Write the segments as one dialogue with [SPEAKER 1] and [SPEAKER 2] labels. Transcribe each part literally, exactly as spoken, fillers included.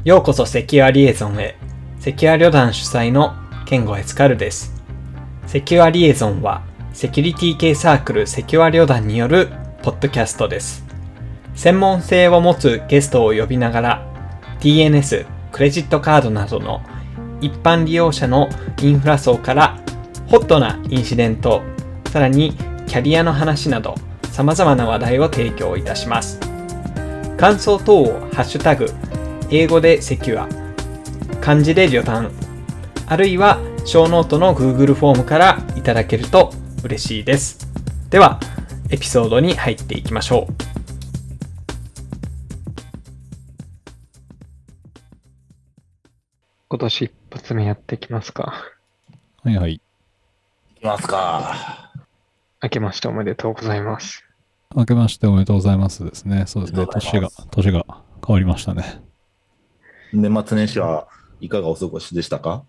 [SPEAKER 1] ようこそセキュアリエゾンへ。セキュア旅団主催のケンゴエスカルです。セキュアリエゾンはセキュリティ系サークルセキュア旅団によるポッドキャストです。専門性を持つゲストを呼びながら ディーエヌエス、クレジットカードなどの一般利用者のインフラ層からホットなインシデント、さらにキャリアの話など様々な話題を提供いたします。感想等をハッシュタグ英語でセキュア、漢字で旅団、あるいは小ノートの Google フォームからいただけると嬉しいです。ではエピソードに入っていきましょう。今年一発目やっていきますか。
[SPEAKER 2] はいはい。
[SPEAKER 3] いきますか。
[SPEAKER 1] 明けましておめでとうございます。
[SPEAKER 2] 明けましておめでとうございますですね。そうですね。年が、年が変わりましたね。
[SPEAKER 3] 年末年始はいかがお過ごしでしたか？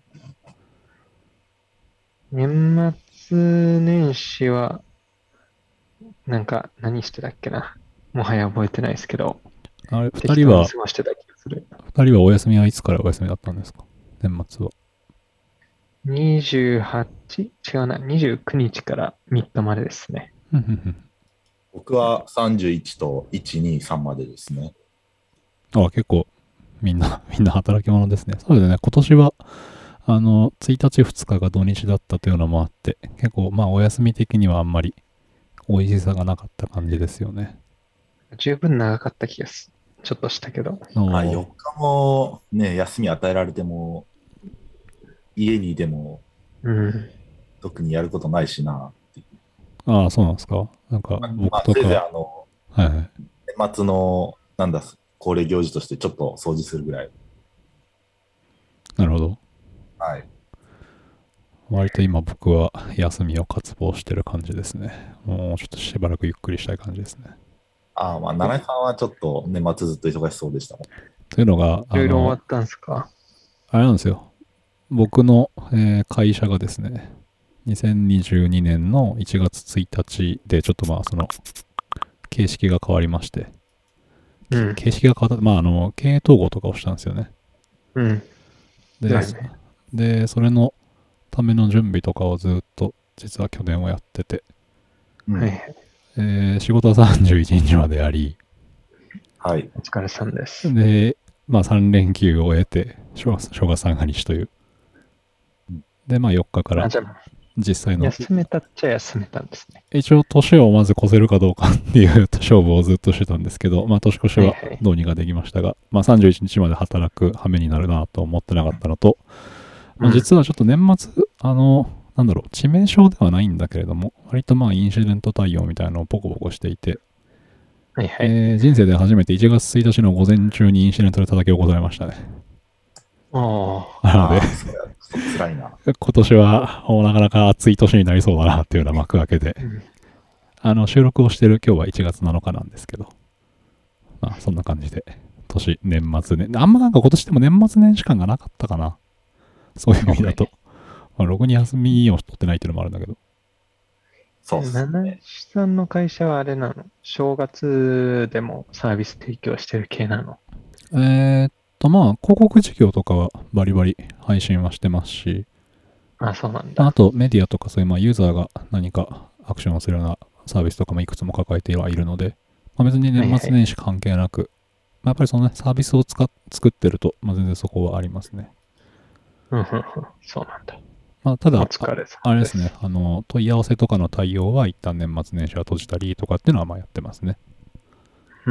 [SPEAKER 1] 年末年始は、なんか何してたっけな。もはや覚えてないですけど。
[SPEAKER 2] あれ、二人は、
[SPEAKER 1] 過ごしてた気がする。
[SPEAKER 2] 二人はお休みはいつからお休みだったんですか？年末は。
[SPEAKER 1] にじゅうはち? 違うな。にじゅうくにちからみっかまでですね。
[SPEAKER 3] 僕はさんじゅういちといち、に、さんまでですね。
[SPEAKER 2] あ、結構、みんな、みんな働き者ですね。そうですね。今年は、あの、ついたちふつかが土日だったというのもあって、結構、まあ、お休み的にはあんまり美味しさがなかった感じですよね。
[SPEAKER 1] 十分長かった気がすちょっとしたけど。
[SPEAKER 3] あ、よっかもね、休み与えられても、家にいても、
[SPEAKER 1] うん。
[SPEAKER 3] 特にやることないしな。
[SPEAKER 2] ああ、そうなんですか。なんか、
[SPEAKER 3] ま
[SPEAKER 2] 僕とか、
[SPEAKER 3] あ、せいぜいあの、
[SPEAKER 2] はいはい。
[SPEAKER 3] 年末の、なんだ、恒例行事としてちょっと掃除するぐらい。
[SPEAKER 2] なるほど。
[SPEAKER 3] はい。
[SPEAKER 2] 割と今僕は休みを渇望してる感じですね。もうちょっとしばらくゆっくりしたい感じですね。
[SPEAKER 3] ああ、まあ、七井さんはちょっと年末ずっと忙しそうでしたもん。
[SPEAKER 2] というのが、
[SPEAKER 1] いろいろ終わ
[SPEAKER 2] あの、
[SPEAKER 1] ったんすか？
[SPEAKER 2] あれなんですよ。僕の、えー会社がですね、にせんにじゅうにねんのいちがつついたちでちょっとまあその形式が変わりまして、
[SPEAKER 1] うん。
[SPEAKER 2] 形式が変わった、まああの、経営統合とかをしたんですよね。
[SPEAKER 1] うん。
[SPEAKER 2] で、
[SPEAKER 1] だよね
[SPEAKER 2] で、それのための準備とかをずっと実は去年はやってて、
[SPEAKER 3] うん
[SPEAKER 1] はいはい。
[SPEAKER 2] えー仕事はさんじゅういちにちまでやり、
[SPEAKER 3] はい。
[SPEAKER 1] お疲れさんです。
[SPEAKER 2] で、まあさん連休を終えて、正月正月三が日という。で、まあよっかか
[SPEAKER 1] あ、
[SPEAKER 2] ら
[SPEAKER 1] じゃあ、
[SPEAKER 2] 実際の、
[SPEAKER 1] 休めたっちゃ休めたんですね。
[SPEAKER 2] 一応年をまず越せるかどうかっていう勝負をずっとしてたんですけど、まあ年越しは
[SPEAKER 1] はいはい
[SPEAKER 2] どうにかできましたが、まあさんじゅういちにちまで働く羽目になるなと思ってなかったのと、まあ、実はちょっと年末、あの、なんだろう、致命傷ではないんだけれども、割とまあインシデント対応みたいなのをポコポコしていて、
[SPEAKER 1] はいはい。
[SPEAKER 2] えー人生で初めていちがつついたちの午前中にインシデントで叩き起こされましたね。
[SPEAKER 1] あ
[SPEAKER 2] なので
[SPEAKER 3] ああ、、そりゃちょっと辛いな。
[SPEAKER 2] 今年はもうなかなか暑い年になりそうだなっていうような幕開けで、
[SPEAKER 1] あ。うん。
[SPEAKER 2] あの収録をしてる今日はいちがつなのかなんですけど、まあそんな感じで、年、年末ね、あんまなんか今年でも年末年始感がなかったかな。そういう意味だと。まあ、ろくに休みを取ってないっていうのもあるんだけど。
[SPEAKER 3] そうっす
[SPEAKER 1] 七
[SPEAKER 3] ね。
[SPEAKER 1] 石さんの会社はあれなの？正月でもサービス提供してる系なの？
[SPEAKER 2] えーっとまあ広告事業とかはバリバリ配信はしてますし、
[SPEAKER 1] あ、そうなんだ。
[SPEAKER 2] あとメディアとかそういうまあユーザーが何かアクションをするようなサービスとかもいくつも抱えてはいるので、まあ、別に年末年始関係なく、まあ、やっぱりそのねサービスを使っ作ってると、まあ、全然そこはありますね。
[SPEAKER 1] うんうんうん。そうなんだ。
[SPEAKER 2] まあ、ただ、
[SPEAKER 1] お疲れ様
[SPEAKER 2] ああれですね、あの、問い合わせとかの対応は一旦年末年始は閉じたりとかっていうのはまあやってますね。
[SPEAKER 1] うん。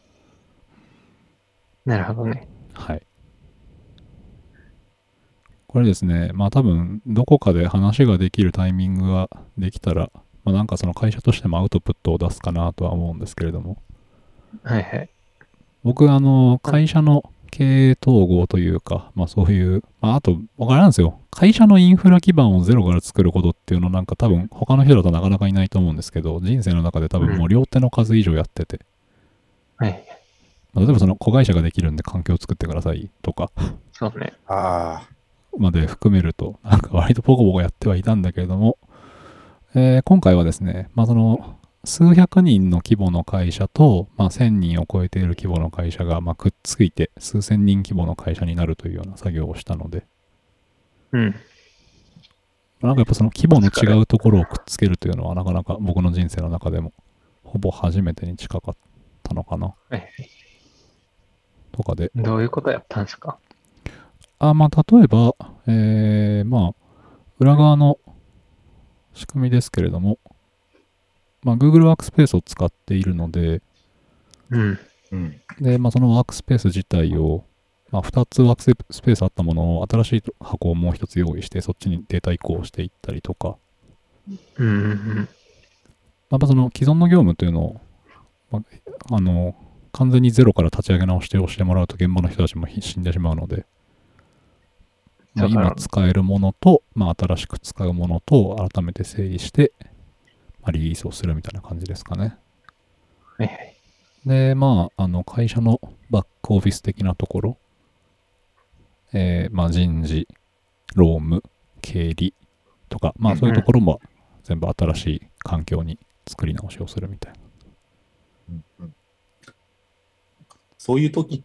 [SPEAKER 1] なるほどね。
[SPEAKER 2] はい。これですね、まあ多分、どこかで話ができるタイミングができたら、まあなんかその会社としてもアウトプットを出すかなとは思うんですけれども、
[SPEAKER 1] はいはい。
[SPEAKER 2] 僕、あの、会社の経営統合というか、まあそういう、まああと、わからんですよ。会社のインフラ基盤をゼロから作ることっていうのなんか多分他の人だとなかなかいないと思うんですけど、人生の中で多分もう両手の数以上やってて、
[SPEAKER 1] はい。
[SPEAKER 2] まあ例えばその子会社ができるんで環境を作ってくださいとか
[SPEAKER 1] そうね。
[SPEAKER 3] あ
[SPEAKER 2] まで含めると、なんか割とポコポコやってはいたんだけれども、えー今回はですね、まあその数百人の規模の会社と、まあ、せんにんを超えている規模の会社が、まあ、くっついて数千人規模の会社になるというような作業をしたので、
[SPEAKER 1] うん。
[SPEAKER 2] なんかやっぱその規模の違うところをくっつけるというのはなかなか僕の人生の中でもほぼ初めてに近かったのかな
[SPEAKER 1] はいはい。
[SPEAKER 2] とかで。
[SPEAKER 1] どういうことやったんですか？
[SPEAKER 2] あ、まあ例えば、えー、まあ裏側の仕組みですけれども、まあ Google ワークスペースを使っているので、
[SPEAKER 1] うん。
[SPEAKER 3] うん。
[SPEAKER 2] で、まあそのワークスペース自体を、まあふたつワークスペースあったものを新しい箱をもうひとつ用意して、そっちにデータ移行していったりとか、
[SPEAKER 1] うんうんうん。
[SPEAKER 2] やっぱその既存の業務というのを、まあ、あの、完全にゼロから立ち上げ直してをしてもらうと現場の人たちも死んでしまうので、まあ、今使えるものと、まあ、新しく使うものと改めて整理して、まあ、リリースをするみたいな感じですかね。
[SPEAKER 1] はいはい。
[SPEAKER 2] で、まあ、あの会社のバックオフィス的なところ、えー、まあ人事、労務、経理とか、まあそういうところも全部新しい環境に作り直しをするみたいな。
[SPEAKER 3] うんうん、そういう時って、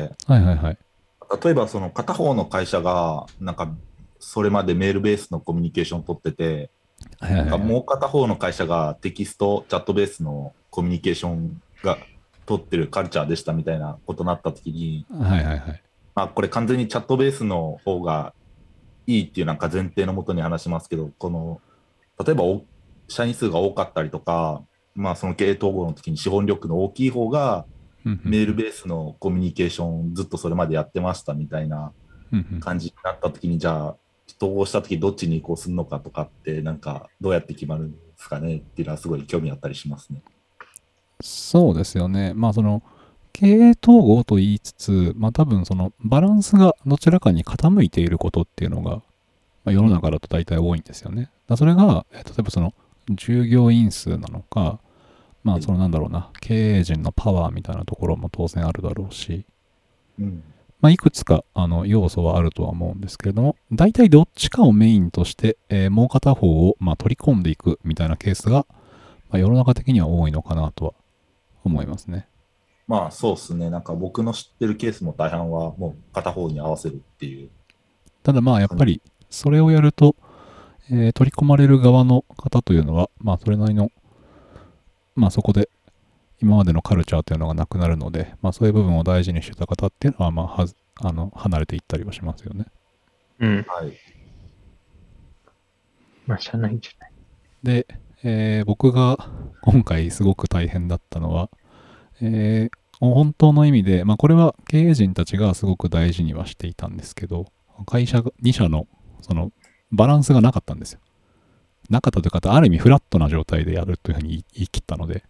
[SPEAKER 2] はいはいはい。
[SPEAKER 3] 例えばその片方の会社がなんかそれまでメールベースのコミュニケーションを取ってて、
[SPEAKER 2] はいはいはい、
[SPEAKER 3] なんかもう片方の会社がテキストチャットベースのコミュニケーションが取ってるカルチャーでしたみたいなことになった時に、
[SPEAKER 2] はいはいはい。
[SPEAKER 3] まあ、これ完全にチャットベースの方がいいっていうなんか前提のもとに話しますけど、この例えば社員数が多かったりとか、まあ、その経営統合の時に資本力の大きい方がメールベースのコミュニケーションずっとそれまでやってましたみたいな感じになった時に、じゃあ統合した時どっちに移行するのかとかってなんかどうやって決まるんですかねっていうのはすごい興味あったりしますね。
[SPEAKER 2] そうですよね。まあその経営統合と言いつつ、まあ多分そのバランスがどちらかに傾いていることっていうのが、まあ、世の中だと大体多いんですよね。だそれが、例えばその従業員数なのか、まあそのなんだろうな、経営陣のパワーみたいなところも当然あるだろうし、
[SPEAKER 3] うん、
[SPEAKER 2] まあいくつかあの要素はあるとは思うんですけれども、大体どっちかをメインとして、えー、もう片方をまあ取り込んでいくみたいなケースが、まあ、世の中的には多いのかなとは思いますね。
[SPEAKER 3] まあそうですね。なんか僕の知ってるケースも大半はもう片方に合わせるっていう。
[SPEAKER 2] ただまあやっぱりそれをやると、えー、取り込まれる側の方というのは、まあそれなりの、まあそこで今までのカルチャーというのがなくなるので、まあそういう部分を大事にしてた方っていうのは、まあはずあの離れていったりはしますよね。
[SPEAKER 1] うん。
[SPEAKER 3] はい。
[SPEAKER 1] まあ、しゃないんじゃない。
[SPEAKER 2] で、えー、僕が今回すごく大変だったのは、えー、本当の意味で、まあこれは経営陣たちがすごく大事にはしていたんですけど、会社に社のそのバランスがなかったんですよ。なかったというか、ある意味フラットな状態でやるというふうに言い切ったので、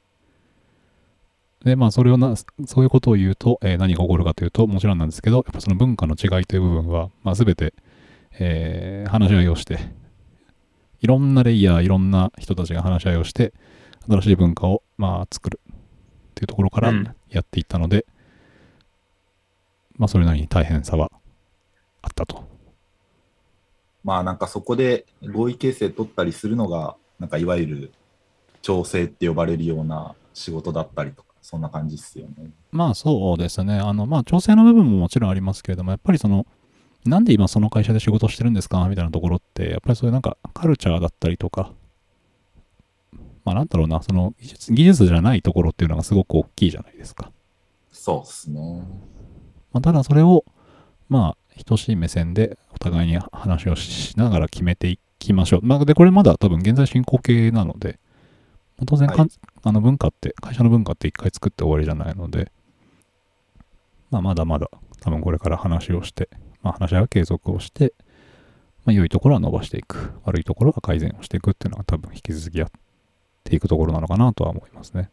[SPEAKER 2] で、まあそれをな、そういうことを言うと、えー、何が起こるかというと、もちろんなんですけど、やっぱその文化の違いという部分は、まあ全て、えー、話し合いをして、いろんなレイヤー、いろんな人たちが話し合いをして、新しい文化をまあ作るっていうところからやっていったので、うん、まあそれなりに大変さはあったと。
[SPEAKER 3] まあなんかそこで合意形成取ったりするのが、なんかいわゆる調整って呼ばれるような仕事だったりとか、そんな感じですよね。
[SPEAKER 2] まあそうですね。あのまあ調整の部分ももちろんありますけれども、やっぱりその、なんで今その会社で仕事してるんですかみたいなところって、やっぱりそういうなんかカルチャーだったりとか、まあなんだろうな、その技術、技術じゃないところっていうのがすごく大きいじゃないですか。
[SPEAKER 3] そうですね。
[SPEAKER 2] まあ、ただそれを、まあ、等しい目線でお互いに話をしながら決めていきましょう。まあ、で、これまだ多分現在進行形なので、当然、はい、あの文化って、会社の文化って一回作って終わりじゃないので、まあ、まだまだ多分これから話をして、まあ、話し合いは継続をして、まあ、良いところは伸ばしていく、悪いところは改善をしていくっていうのが多分引き続きやっていくところなのかなとは思いますね。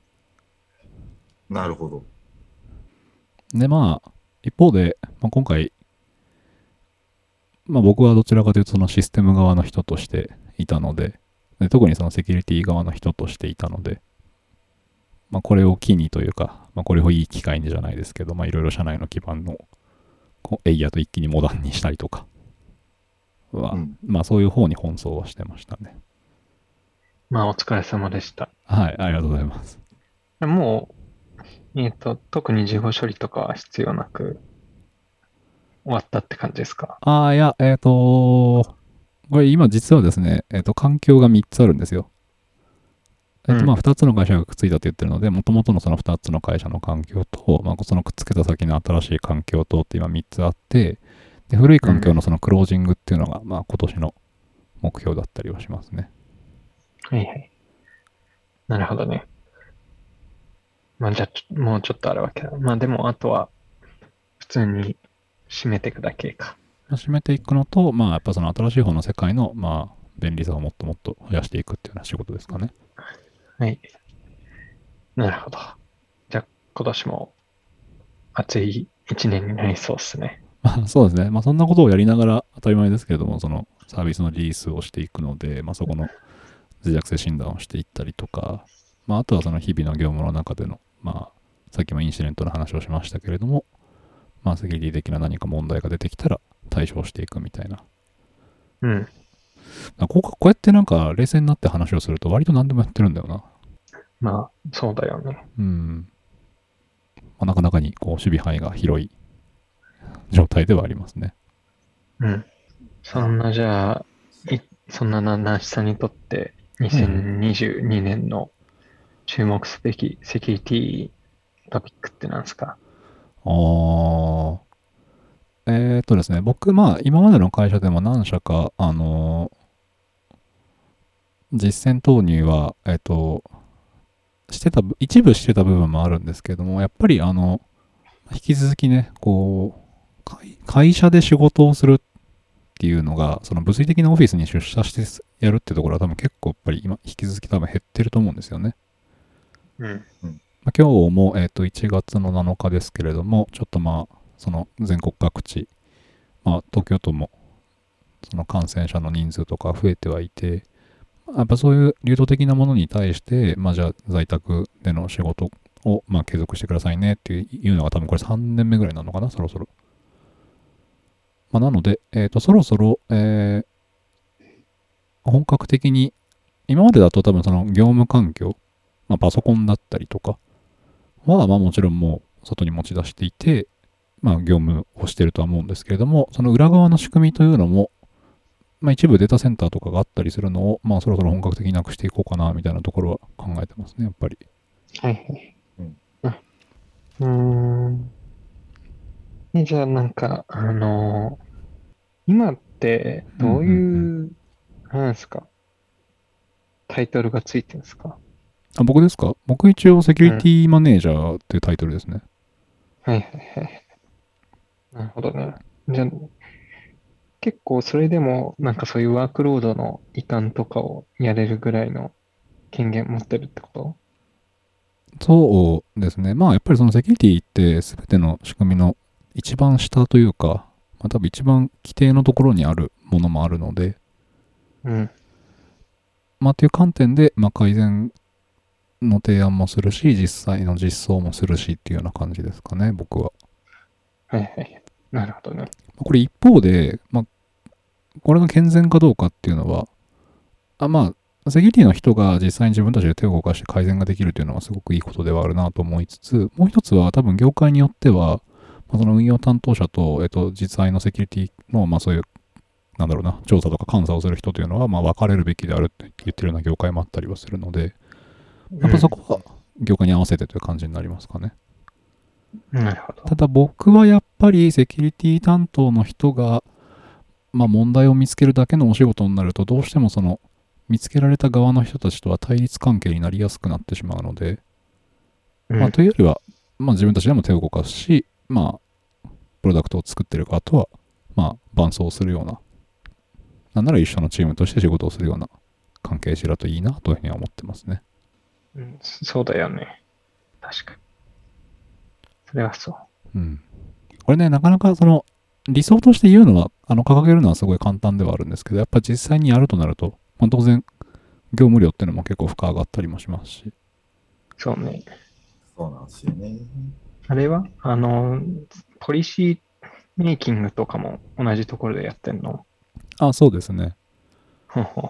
[SPEAKER 3] なるほど。
[SPEAKER 2] で、まあ、一方で、まあ、今回、まあ僕はどちらかというとそのシステム側の人としていたので、で特にそのセキュリティ側の人としていたので、まあこれを機にというか、まあこれをいい機会にじゃないですけど、まあいろいろ社内の基盤のエイヤーと一気にモダンにしたりとかは、うん、まあそういう方に奔走はしてましたね。
[SPEAKER 1] まあ、お疲れ様でした。
[SPEAKER 2] はい、ありがとうございます。
[SPEAKER 1] もう、えっと、特に事後処理とかは必要なく終わったって感じですか？
[SPEAKER 2] ああ、いや、えっ、とこれ今実はですね、えっ、と、環境がみっつあるんですよ。えっ、と、まあ、ふたつの会社がくっついたって言ってるので、もともとのそのふたつの会社の環境と、まあ、そのくっつけた先の新しい環境とって今みっつあって、で、古い環境のそのクロージングっていうのが、まあ、今年の目標だったりはしますね。
[SPEAKER 1] はいはい。なるほどね。まあ、じゃあ、もうちょっとあるわけだ。まあ、でも、あとは、普通に締めていくだけか。
[SPEAKER 2] 締めていくのと、まあ、やっぱその新しい方の世界の、まあ、便利さをもっともっと増やしていくっていうような仕事ですかね。
[SPEAKER 1] はい。なるほど。じゃあ、今年も暑い一年になりそうですね。
[SPEAKER 2] まあ、そうですね。まあ、そんなことをやりながら当たり前ですけれども、そのサービスのリリースをしていくので、まあ、そこの脆弱性診断をしていったりとか、まあ、あとはその日々の業務の中での、まあ、さっきもインシデントの話をしましたけれども、まあ、セキュリティ的な何か問題が出てきたら対処していくみたいな。
[SPEAKER 1] うん。
[SPEAKER 2] こうこうやってなんか冷静になって話をすると割と何でもやってるんだよな。
[SPEAKER 1] まあ、そうだよね。
[SPEAKER 2] うん。まあ、なかなかにこう守備範囲が広い状態ではありますね。
[SPEAKER 1] うん。そんな、じゃあ、いそんなな、なしさんにとってにせんにじゅうにねんの注目すべきセキュリティトピックって何ですか？
[SPEAKER 2] あー。えーっとですね、僕、まあ、今までの会社でも何社か、あのー実践投入は、えーっと、してた、一部してた部分もあるんですけども、やっぱり、あの、引き続きね、こう、会会社で仕事をするっていうのが、その物理的なオフィスに出社してやるってところは多分結構やっぱり今、引き続き多分減ってると思うんですよね。
[SPEAKER 1] うん。
[SPEAKER 2] まあ、今日も、えーっと、いちがつのなのかですけれども、ちょっとまあ、その全国各地、まあ、東京都もその感染者の人数とか増えてはいて、やっぱそういう流動的なものに対して、まあじゃあ在宅での仕事をまあ継続してくださいねっていうのが多分これさんねんめぐらいなのかな、そろそろ。まあなので、えっ、と、そろそろ、えー本格的に、今までだと多分その業務環境、まあパソコンだったりとかは、まあもちろんもう外に持ち出していて、まあ業務をしてるとは思うんですけれども、その裏側の仕組みというのも、まあ一部データセンターとかがあったりするのを、まあそろそろ本格的になくしていこうかな、みたいなところは考えてますね、やっぱり。
[SPEAKER 1] はいはい。
[SPEAKER 3] うん
[SPEAKER 1] あうーん。えじゃあ、なんか、あのー今ってどう
[SPEAKER 2] うんうんうん
[SPEAKER 1] いう、なんですか、タイトルがついてるんですか？
[SPEAKER 2] あ、僕ですか？僕一応セキュリテ
[SPEAKER 1] うん。
[SPEAKER 2] ィマネージャーっていうタイトルですね。
[SPEAKER 1] はいはいはい。なるほどね。じゃあ、結構それでも、なんかそういうワークロードの移管とかをやれるぐらいの権限持ってるってこと？
[SPEAKER 2] そうですね。まあやっぱりそのセキュリティって全ての仕組みの一番下というか、まあ多分一番規定のところにあるものもあるので、
[SPEAKER 1] うん。
[SPEAKER 2] まあっていう観点で、まあ改善の提案もするし、実際の実装もするしっていうような感じですかね、僕は。
[SPEAKER 1] はいはい。なるほどね。
[SPEAKER 2] これ一方で、まあこれが健全かどうかっていうのは、あまあ、セキュリティの人が実際に自分たちで手を動かして改善ができるというのはすごくいいことではあるなと思いつつ、もう一つは多分業界によっては、まあ、その運用担当者と、えっと、実際のセキュリティの、まあそういう、なんだろうな、調査とか監査をする人というのは、まあ分かれるべきであるって言ってるような業界もあったりはするので、やっぱそこは業界に合わせてという感じになりますかね。
[SPEAKER 1] うん。なるほど。
[SPEAKER 2] ただ僕はやっぱりセキュリティ担当の人が、まあ問題を見つけるだけのお仕事になると、どうしてもその、見つけられた側の人たちとは対立関係になりやすくなってしまうので、
[SPEAKER 1] うん。
[SPEAKER 2] まあ、というよりは、まあ、自分たちでも手を動かすし、まあ、プロダクトを作ってる側とは、まあ、伴走するような、なんなら一緒のチームとして仕事をするような関係性だといいなというふうには思ってますね。
[SPEAKER 1] うん、そうだよね。確かに。それはそう。
[SPEAKER 2] うん。これね、なかなかその、理想として言うのは、あの、掲げるのはすごい簡単ではあるんですけど、やっぱ実際にやるとなると、まあ、当然、業務量っていうのも結構負荷上がったりもしますし。
[SPEAKER 1] そうね。
[SPEAKER 3] そうなんですよね。
[SPEAKER 1] あれはあの、ポリシーメイキングとかも同じところでやってんの？
[SPEAKER 2] あ、そうですね。
[SPEAKER 1] ほうほうほ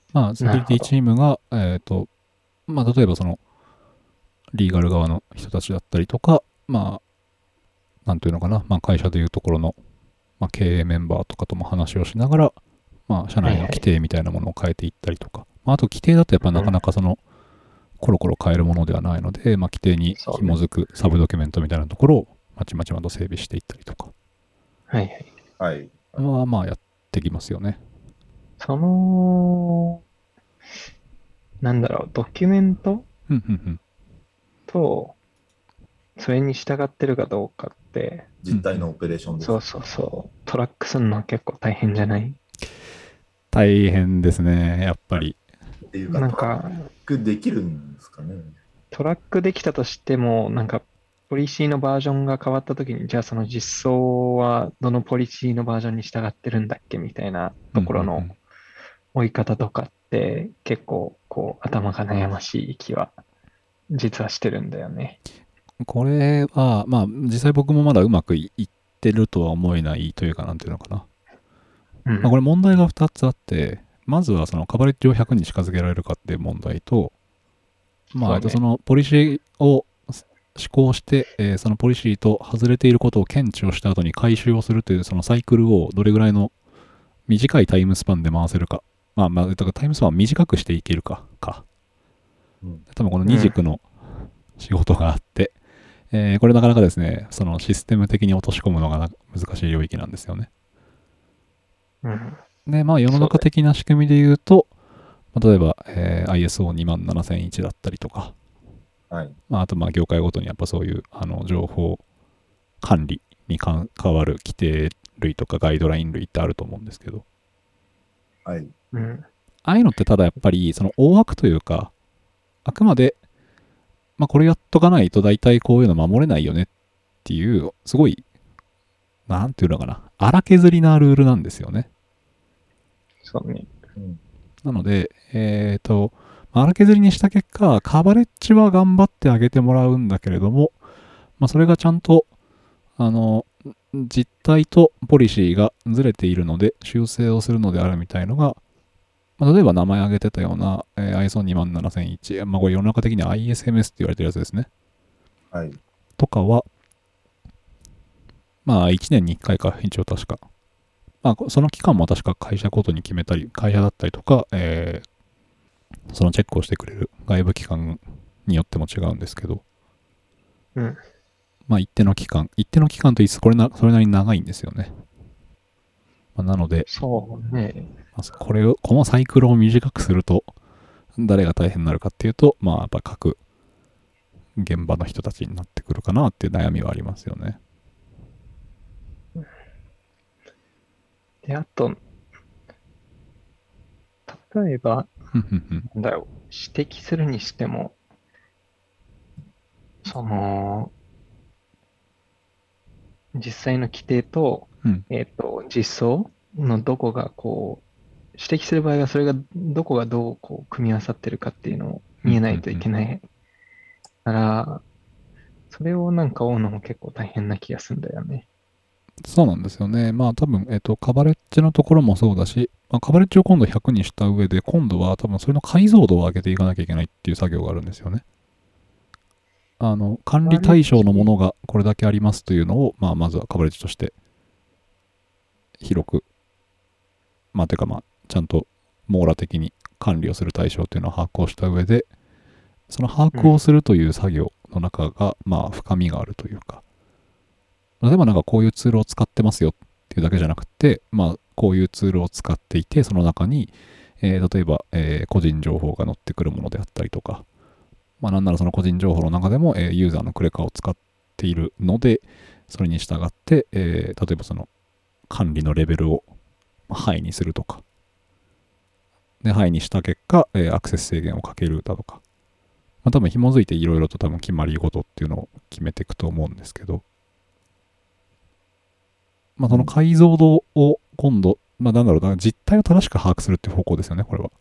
[SPEAKER 2] まあ、セキュリティチームが、えっと、まあ、例えばその、リーガル側の人たちだったりとか、まあ、なんていうのかな、まあ、会社でいうところの、まあ、経営メンバーとかとも話をしながら、まあ、社内の規定みたいなものを変えていったりとか、まあ、あと規定だとやっぱなかなかその、コロコロ変えるものではないので、まあ、規定に紐づくサブドキュメントみたいなところをまちまちまと整備していったりとか、
[SPEAKER 4] はいはい。
[SPEAKER 3] はい。
[SPEAKER 2] はまあやってきますよね。
[SPEAKER 4] その、なんだろう、ドキュメント
[SPEAKER 2] うんうんうん。
[SPEAKER 4] と、それに従ってるかどうかって、
[SPEAKER 3] 実態のオペレーションです。
[SPEAKER 4] そうそうそう、トラックするのは結構大変じゃない？
[SPEAKER 2] 大変ですね、やっぱり。
[SPEAKER 3] っていうか、
[SPEAKER 4] なんか、
[SPEAKER 3] トラックできるんですかね。
[SPEAKER 4] トラックできたとしても、なんか、ポリシーのバージョンが変わったときに、じゃあその実装はどのポリシーのバージョンに従ってるんだっけみたいなところの
[SPEAKER 2] うんうんうん
[SPEAKER 4] 追い方とかって結構こう頭が悩ましい気は実はしてるんだよね。
[SPEAKER 2] これは、まあ、実際僕もまだうまくいってるとは思えないというか、なんていうのかな。
[SPEAKER 4] うん。
[SPEAKER 2] まあ、これ問題がふたつあって、まずはそのカバレッジをひゃくに近づけられるかっていう問題と、まあ、
[SPEAKER 4] そうね
[SPEAKER 2] えっとそのポリシーを施行して、えーそのポリシーと外れていることを検知をした後に回収をするというそのサイクルをどれぐらいの短いタイムスパンで回せるか。まあまあ、だからタイムスパンを短くしていけるか、か。
[SPEAKER 3] うん
[SPEAKER 2] 多分この二軸の仕事があって、えーこれなかなかですね、そのシステム的に落とし込むのがな難しい領域なんですよね。
[SPEAKER 4] うん。
[SPEAKER 2] で、まあ世の中的な仕組みで言うと、まあ例えば、えー アイエスオーにまんななせんいち だったりとか、
[SPEAKER 3] はい。
[SPEAKER 2] まあ、あとまあ業界ごとにやっぱそういうあの情報管理に関わる規定類とかガイドライン類ってあると思うんですけど、
[SPEAKER 3] はい。
[SPEAKER 4] うん。
[SPEAKER 2] ああいうのってただやっぱりその大枠というか、あくまで、まあこれやっとかないと大体こういうの守れないよねっていう、すごい、なんていうのかな、荒削りなルールなんですよね。
[SPEAKER 4] そうね。
[SPEAKER 3] うん。
[SPEAKER 2] なので、えっと、荒削りにした結果、カバレッジは頑張ってあげてもらうんだけれども、まあそれがちゃんと、あの、実態とポリシーがずれているので、修正をするのであるみたいのが、まあ、例えば名前挙げてたような、えー、アイエスオーにまんななせんいち、まあこれ世の中的には アイエスエムエス って言われてるやつですね。
[SPEAKER 3] はい。
[SPEAKER 2] とかは、まあいちねんにいっかいか、一応確か。まあその期間も確か会社ごとに決めたり、会社だったりとか、えー、そのチェックをしてくれる外部機関によっても違うんですけど、
[SPEAKER 4] うん。
[SPEAKER 2] まあ一定の期間、一定の期間といつこれな、それなりに長いんですよね。まあ、なので、
[SPEAKER 4] そうね。
[SPEAKER 2] まあこれを、このサイクルを短くすると、誰が大変になるかっていうと、まあやっぱ各現場の人たちになってくるかなっていう悩みはありますよね。
[SPEAKER 4] で、あと、例えば、
[SPEAKER 2] ふんふんふん
[SPEAKER 4] なんだろう、指摘するにしても、その、実際の規定と、
[SPEAKER 2] うん
[SPEAKER 4] えっと、実装のどこがこう、指摘する場合はそれがどこがどうこう組み合わさってるかっていうのを見えないといけない。だから、それをなんか追うのも結構大変な気がするんだよね。
[SPEAKER 2] そうなんですよね。まあ多分、えっと、カバレッジのところもそうだし、まあ、カバレッジを今度ひゃくにした上で、今度は多分それの解像度を上げていかなきゃいけないっていう作業があるんですよね。あの、管理対象のものがこれだけありますというのを、まあまずはカバレッジとして広く、まあてかまあ、ちゃんと網羅的に管理をする対象というのを把握をした上で、その把握をするという作業の中が、まあ深みがあるというか、例えばなんかこういうツールを使ってますよっていうだけじゃなくて、まあこういうツールを使っていて、その中に、えー例えば、えー個人情報が載ってくるものであったりとか、まあなんならその個人情報の中でも、えーユーザーのクレカを使っているので、それに従って、えー例えばその管理のレベルをハイにするとか、で、ハイにした結果、えーアクセス制限をかけるだとか、まあ多分紐づいていろいろと多分決まり事っていうのを決めていくと思うんですけど、まあその解像度を今度、まあなんだろうな、実態を正しく把握するっていう方向ですよね、これは。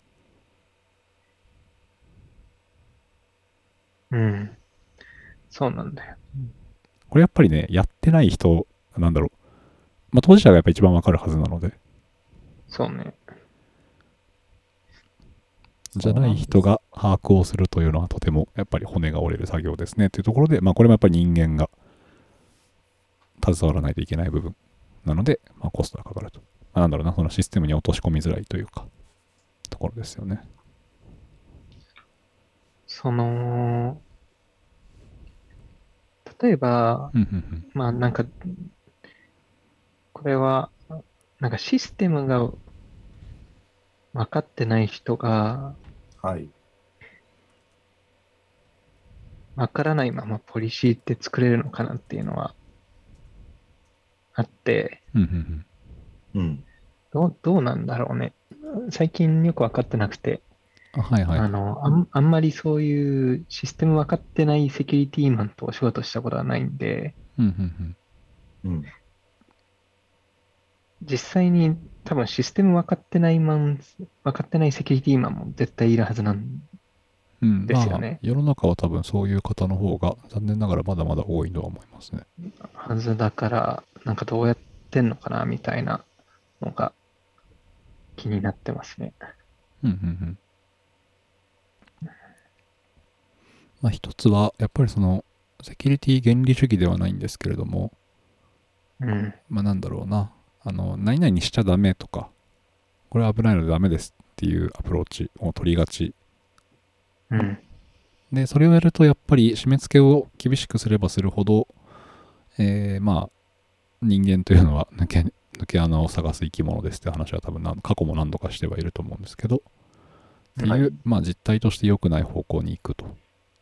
[SPEAKER 4] うん。そうなんだよ。
[SPEAKER 2] これやっぱりね、やってない人、なんだろう、まあ当事者がやっぱ一番わかるはずなので、
[SPEAKER 4] そうね。
[SPEAKER 2] じゃない人が把握をするというのはとてもやっぱり骨が折れる作業ですねというところで、まあこれもやっぱり人間が携わらないといけない部分なので、まあコストがかかると。まあ、なんだろうな、そのシステムに落とし込みづらいというか、ところですよね。
[SPEAKER 4] その、例えば、
[SPEAKER 2] うんうんうん。
[SPEAKER 4] まあなんか、これは、なんかシステムが分かってない人が、
[SPEAKER 3] はい。
[SPEAKER 4] 分からないままポリシーって作れるのかなっていうのはあって、
[SPEAKER 2] うんうんうん。
[SPEAKER 3] うん。
[SPEAKER 4] どう、どうなんだろうね。最近よく分かってなくて、
[SPEAKER 2] あ、はいはい。
[SPEAKER 4] あの、あん、あんまりそういうシステム分かってないセキュリティマンとお仕事したことはないんで、
[SPEAKER 2] うんうん
[SPEAKER 3] うん。
[SPEAKER 4] 実際に多分システム分かってないマン、分かってないセキュリティマンも絶対いるはずなん
[SPEAKER 2] うん。うん、まあ
[SPEAKER 4] ですよね。
[SPEAKER 2] 世の中は多分そういう方の方が残念ながらまだまだ多いとは思いますね。
[SPEAKER 4] はずだから、なんかどうやってんのかなみたいなのが気になってますね。
[SPEAKER 2] うんうんうん。まあ一つはやっぱりそのセキュリティ原理主義ではないんですけれども、
[SPEAKER 4] うん。
[SPEAKER 2] まあなんだろうな、あの何々しちゃダメとか、これは危ないのでダメですっていうアプローチを取りがち
[SPEAKER 4] うん。
[SPEAKER 2] で、それをやるとやっぱり締め付けを厳しくすればするほど、えー、まあ人間というのは抜け抜け穴を探す生き物ですって話は多分何過去も何度かしてはいると思うんですけど、っていう、
[SPEAKER 3] はい
[SPEAKER 2] まあ実態として良くない方向に行くと。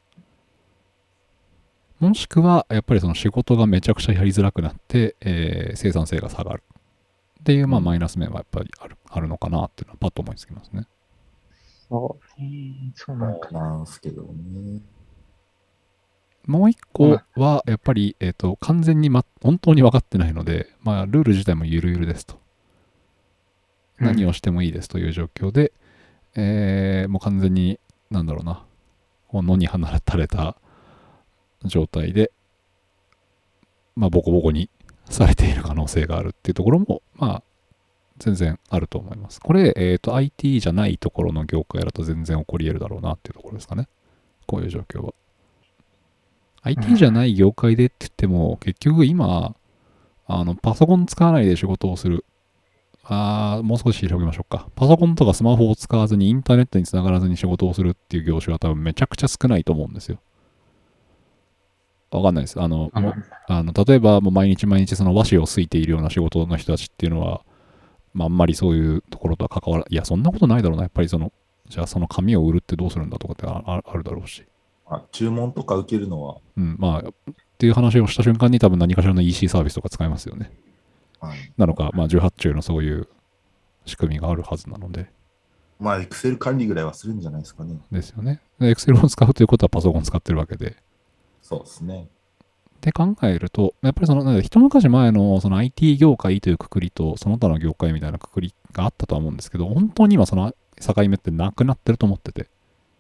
[SPEAKER 2] もしくはやっぱりその仕事がめちゃくちゃやりづらくなって、えー生産性が下がるっていう、まあ
[SPEAKER 3] うん
[SPEAKER 2] マイナス面はやっぱりある、あるのかなっていうのはパッと思いつきますね。
[SPEAKER 4] そうね。そうなんか
[SPEAKER 3] そうなんすけどね。
[SPEAKER 2] もう一個はやっぱり、えっ、と完全に、ま、本当に分かってないので、まあルール自体もゆるゆるですと。何をしてもいいですという状況で、えーもう完全に、なんだろうな、こう野に放たれた状態で、まあ、ボコボコにされている可能性があるっていうところも、まあ、全然あると思います。これ、えっ、と、アイティー じゃないところの業界だと全然起こり得るだろうなっていうところですかね。こういう状況は。アイティー じゃない業界でって言っても、結局今、あの、パソコン使わないで仕事をする。あーもう少し広げましょうか。パソコンとかスマホを使わずにインターネットにつながらずに仕事をするっていう業種は多分めちゃくちゃ少ないと思うんですよ。わかんないです。あの、も
[SPEAKER 4] あの
[SPEAKER 2] あの例えばもう毎日毎日その和紙をすいているような仕事の人たちっていうのは、まあ、あんまりそういうところとは関わらいや、そんなことないだろうな。やっぱりその、じゃあその紙を売るってどうするんだとかってあああるだろうし。
[SPEAKER 3] あ、注文とか受けるのは、
[SPEAKER 2] うん、まあ、っていう話をした瞬間に多分何かしらの イーシー サービスとか使いますよね。
[SPEAKER 3] はい、
[SPEAKER 2] なのか、まあじゅうはち中のそういう仕組みがあるはずなので。
[SPEAKER 3] まあ、エクセル管理ぐらいはするんじゃないですかね。
[SPEAKER 2] ですよね。で Excel を使うということはパソコン使ってるわけで。
[SPEAKER 3] そうですね。
[SPEAKER 2] って考えると、やっぱりその、なんか一昔前のその アイティー 業界というくくりと、その他の業界みたいなくくりがあったとは思うんですけど、本当に今その境目ってなくなってると思ってて、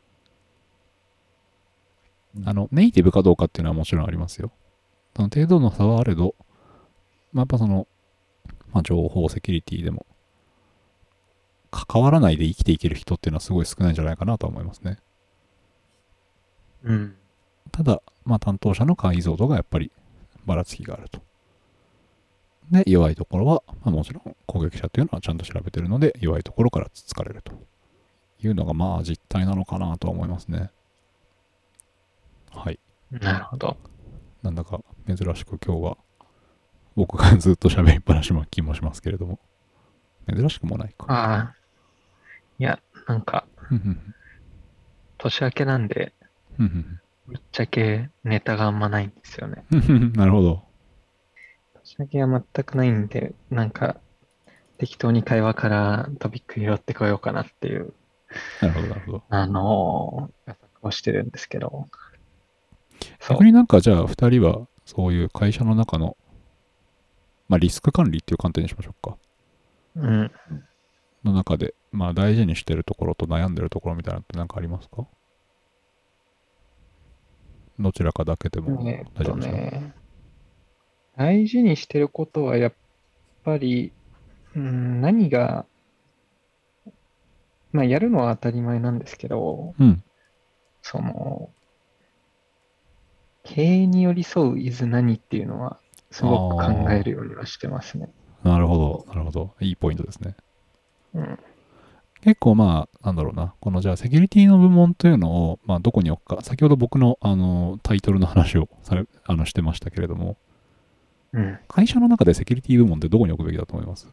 [SPEAKER 2] あの、ネイティブかどうかっていうのはもちろんありますよ。その程度の差はあれど、まあ、やっぱその、まあ、情報セキュリティでも、関わらないで生きていける人っていうのはすごい少ないんじゃないかなとは思いますね。
[SPEAKER 4] うん。
[SPEAKER 2] ただ、まあ、担当者の解像度がやっぱりばらつきがあると。で、弱いところは、まあ、もちろん攻撃者というのはちゃんと調べてるので、弱いところからつつかれるというのが、まあ実態なのかなとは思いますね。はい。
[SPEAKER 4] なるほど。
[SPEAKER 2] なんだか珍しく今日は僕がずっと喋りっぱなしな気もしますけれども、珍しくもないか。
[SPEAKER 4] ああ。いや、なんか、
[SPEAKER 2] ふんふん
[SPEAKER 4] 年明けなんで、
[SPEAKER 2] ふんふん
[SPEAKER 4] ぶっちゃけネタがあんまないんですよね。
[SPEAKER 2] ふんふんふんなるほど。
[SPEAKER 4] 年明けは全くないんで、なんか、適当に会話からトピック拾ってこようかなっていう、
[SPEAKER 2] なるほど、なるほど。
[SPEAKER 4] あのー、予測をしてるんですけど。そう
[SPEAKER 2] 逆。になんかじゃあふたりはそういう会社の中の、まあリスク管理っていう観点にしましょうか。
[SPEAKER 4] うん。
[SPEAKER 2] の中で、まあ大事にしてるところと悩んでるところみたいなのって何かありますか？どちらかだけでも
[SPEAKER 4] えーっと
[SPEAKER 2] 大丈夫ですか？
[SPEAKER 4] ね、大事にしてることはやっぱり、うん、何がまあ、やるのは当たり前なんですけど、
[SPEAKER 2] うん。
[SPEAKER 4] その、経営に寄り添う is 何っていうのは、すごく考えるようにはしてますね。
[SPEAKER 2] なるほど、なるほど。いいポイントですね。
[SPEAKER 4] うん。
[SPEAKER 2] 結構まあ、なんだろうな。このじゃあセキュリティの部門というのを、まあどこに置くか。先ほど僕のあのタイトルの話をされ、あのしてましたけれども、
[SPEAKER 4] うん。
[SPEAKER 2] 会社の中でセキュリティ部門ってどこに置くべきだと思います？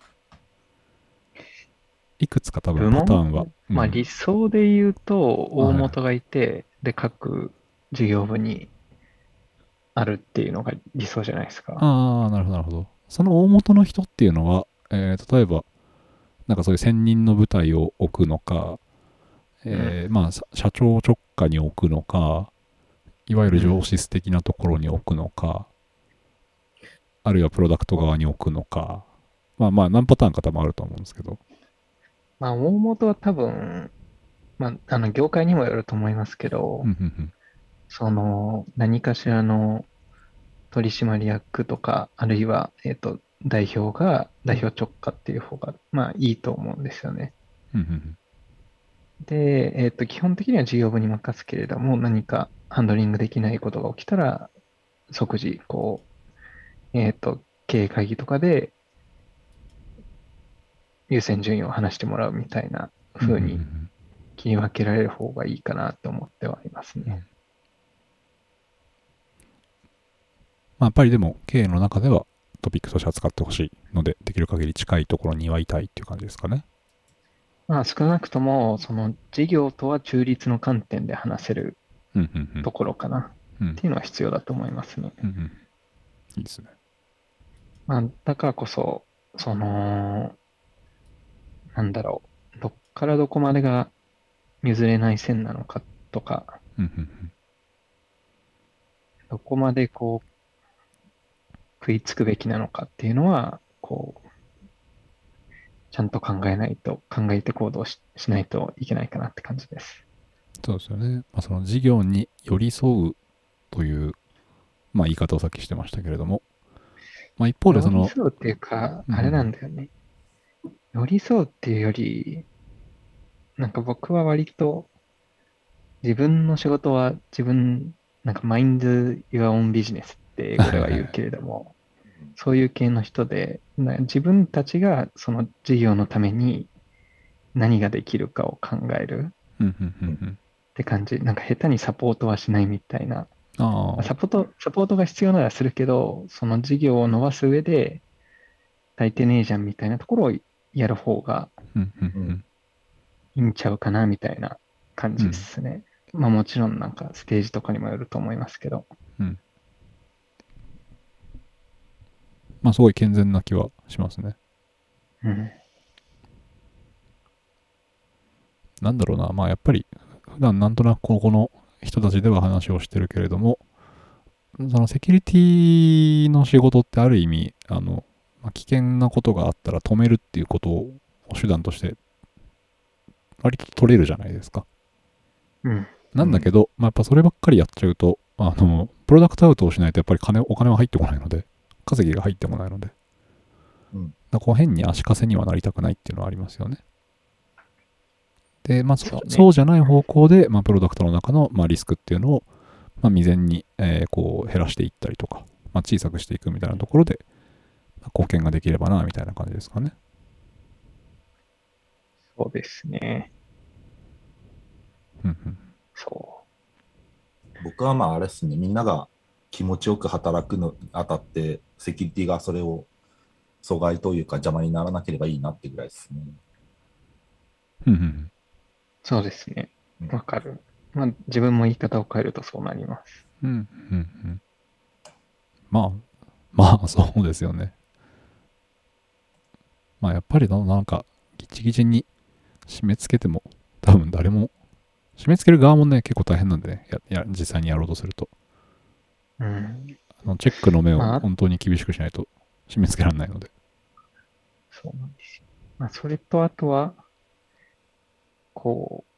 [SPEAKER 2] いくつか多
[SPEAKER 4] 部
[SPEAKER 2] 分パターンは。
[SPEAKER 4] 門まあ、
[SPEAKER 2] うん
[SPEAKER 4] 理想で言うと、大
[SPEAKER 2] はい
[SPEAKER 4] 元がいて、で、各事業部にあるっていうのが理想じゃないですか。
[SPEAKER 2] ああ、なるほど、なるほど。その大元の人っていうのは、えー例えば、なんかそういう専任の部隊を置くのか、えーまあ、さ社長直下に置くのか、いわゆる上司的なところに置くのか、あるいはプロダクト側に置くのか、まあまあ何パターンか多分あると思うんですけど。
[SPEAKER 4] まあ、大元は多分、まあ、あの、業界にもよると思いますけど、
[SPEAKER 2] うんうん
[SPEAKER 4] その、何かしらの取締役とか、あるいは、えっと、代表が、代表直下っていう方が、まあ、いいと思うんですよね。
[SPEAKER 2] うんうんうん
[SPEAKER 4] で、えっと、基本的には事業部に任すけれども、何かハンドリングできないことが起きたら、即時、こう、えっと、経営会議とかで優先順位を話してもらうみたいな
[SPEAKER 2] うんうんうん
[SPEAKER 4] 風に切り分けられる方がいいかなと思ってはいますね。
[SPEAKER 2] まあ、やっぱりでも経営の中ではトピックとして扱ってほしいので、できる限り近いところにはいたいっていう感じですかね。
[SPEAKER 4] まあ、少なくとも、その事業とは中立の観点で話せる
[SPEAKER 2] うんうんうん
[SPEAKER 4] ところかな
[SPEAKER 2] うん
[SPEAKER 4] っていうのは必要だと思いますね。
[SPEAKER 2] うんうんいいですね。
[SPEAKER 4] まあ、だからこそ、その、なんだろう、どっからどこまでが譲れない線なのかとか、
[SPEAKER 2] うんうん
[SPEAKER 4] どこまでこう、食いつくべきなのかっていうのは、こう、ちゃんと考えないと、考えて行動し、しないといけないかなって感じです。
[SPEAKER 2] そうですよね。まあ、その事業に寄り添うという、まあ、言い方をさっきしてましたけれども、まあ、一方でそ
[SPEAKER 4] 寄り
[SPEAKER 2] の、
[SPEAKER 4] 添うっていうか、
[SPEAKER 2] うん
[SPEAKER 4] あれなんだよね。寄り添うっていうより、なんか僕は割と自分の仕事は自分、なんか mind your own business って英語では言うけれども、そういう系の人で、な自分たちがその事業のために何ができるかを考える
[SPEAKER 2] うんうんうんうん
[SPEAKER 4] って感じ。なんか下手にサポートはしないみたいな。
[SPEAKER 2] ああ、
[SPEAKER 4] サポート、サポートが必要ならするけど、その事業を伸ばす上で、大抵ねえじゃんみたいなところをやる方が
[SPEAKER 2] うんうんうん
[SPEAKER 4] いいんちゃうかなみたいな感じですね。まあもちろんなんかステージとかにもよると思いますけど。
[SPEAKER 2] うんまあ、すごい健全な気はしますね。
[SPEAKER 4] うん。
[SPEAKER 2] なんだろうな、まあ、やっぱり、普段なんとなくここの人たちでは話をしてるけれども、そのセキュリティの仕事ってある意味、あの、まあ、危険なことがあったら止めるっていうことを手段として割と取れるじゃないですか。
[SPEAKER 4] うん。
[SPEAKER 2] なんだけど、まあ、やっぱそればっかりやっちゃうと、あの、プロダクトアウトをしないとやっぱり金、お金は入ってこないので、稼ぎが入ってこないので、
[SPEAKER 3] うん
[SPEAKER 2] だからこう変に足かせにはなりたくないっていうのはありますよね。で、まあそ、
[SPEAKER 4] そうね
[SPEAKER 2] そうじゃない方向で、まあ、プロダクトの中の、まあ、リスクっていうのを、まあ、未然に、えーこう減らしていったりとか、まあ、小さくしていくみたいなところで、まあ貢献ができればな、みたいな感じですかね。
[SPEAKER 4] そうですね。
[SPEAKER 2] うんうん
[SPEAKER 4] そ
[SPEAKER 3] 僕はまああれですね、みんなが気持ちよく働くのにあたって、セキュリティがそれを阻害というか邪魔にならなければいいなってぐらいですね。
[SPEAKER 2] うんうんうん
[SPEAKER 4] う。そうですね
[SPEAKER 3] うん。
[SPEAKER 4] わかる。まあ自分も言い方を変えるとそうなります。
[SPEAKER 2] うんうんうんまあ、まあ、そうですよね。まあ、やっぱりななんか、ギチギチに締め付けても、多分誰も、締め付ける側もね、結構大変なんでね、やや実際にやろうとすると。
[SPEAKER 4] うん。
[SPEAKER 2] あのチェックの目を
[SPEAKER 4] まあ
[SPEAKER 2] 本当に厳しくしないと締め付けられないので。
[SPEAKER 4] そうなんですよ。まあそれとあとは、こう、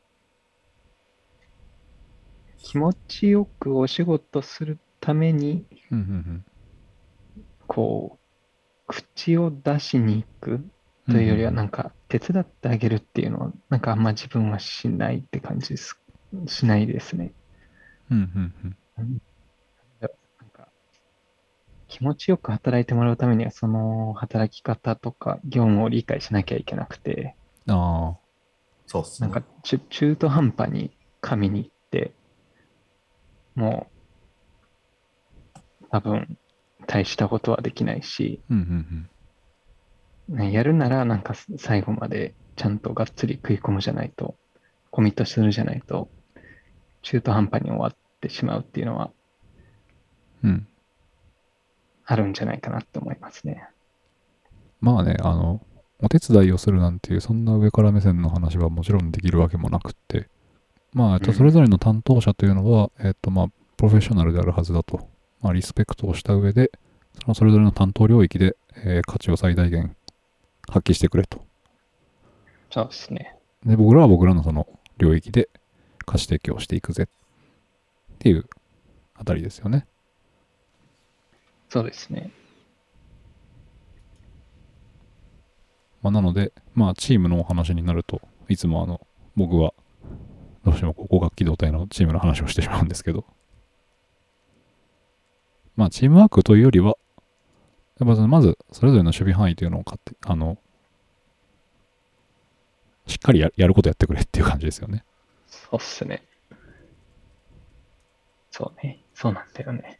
[SPEAKER 4] 気持ちよくお仕事するために、
[SPEAKER 2] うんうん
[SPEAKER 4] こう、口を出しに行くというよりは、なんか手伝ってあげるっていうのは、なんかあんま自分はしないって感じです。しないですね。
[SPEAKER 2] うんうんうん。
[SPEAKER 4] うんなんか気持ちよく働いてもらうためには、その働き方とか業務を理解しなきゃいけなくて、
[SPEAKER 2] ああ。
[SPEAKER 3] そうっすね。
[SPEAKER 4] なんか中中途半端に紙に行って、もう多分大したことはできないし、
[SPEAKER 2] うんうんうん。
[SPEAKER 4] ね、やるならなんか最後までちゃんとがっつり食い込むじゃないと、コミットするじゃないと、中途半端に終わってしまうっていうのは
[SPEAKER 2] うん。
[SPEAKER 4] あるんじゃないかなって思いますね。
[SPEAKER 2] まあね、あの、お手伝いをするなんていう、そんな上から目線の話はもちろんできるわけもなくって、まあ、えっと、
[SPEAKER 3] うん
[SPEAKER 2] それぞれの担当者というのは、えっと、まあ、プロフェッショナルであるはずだと、まあ、リスペクトをした上で、そのそれぞれの担当領域で、えー価値を最大限発揮してくれと。
[SPEAKER 4] そうですね。
[SPEAKER 2] で、僕らは僕らのその領域で価値提供していくぜっていうあたりですよね。
[SPEAKER 4] そうですね。
[SPEAKER 2] まあ、なので、まあ、チームのお話になると、いつもあの、僕は、どうしても工学機動隊のチームの話をしてしまうんですけど、まあ、チームワークというよりは、やっぱまず、それぞれの守備範囲というのを買って、あの、しっかりややることやってくれっていう感じですよね。
[SPEAKER 4] そうっすね。そうね。そうなんだよね。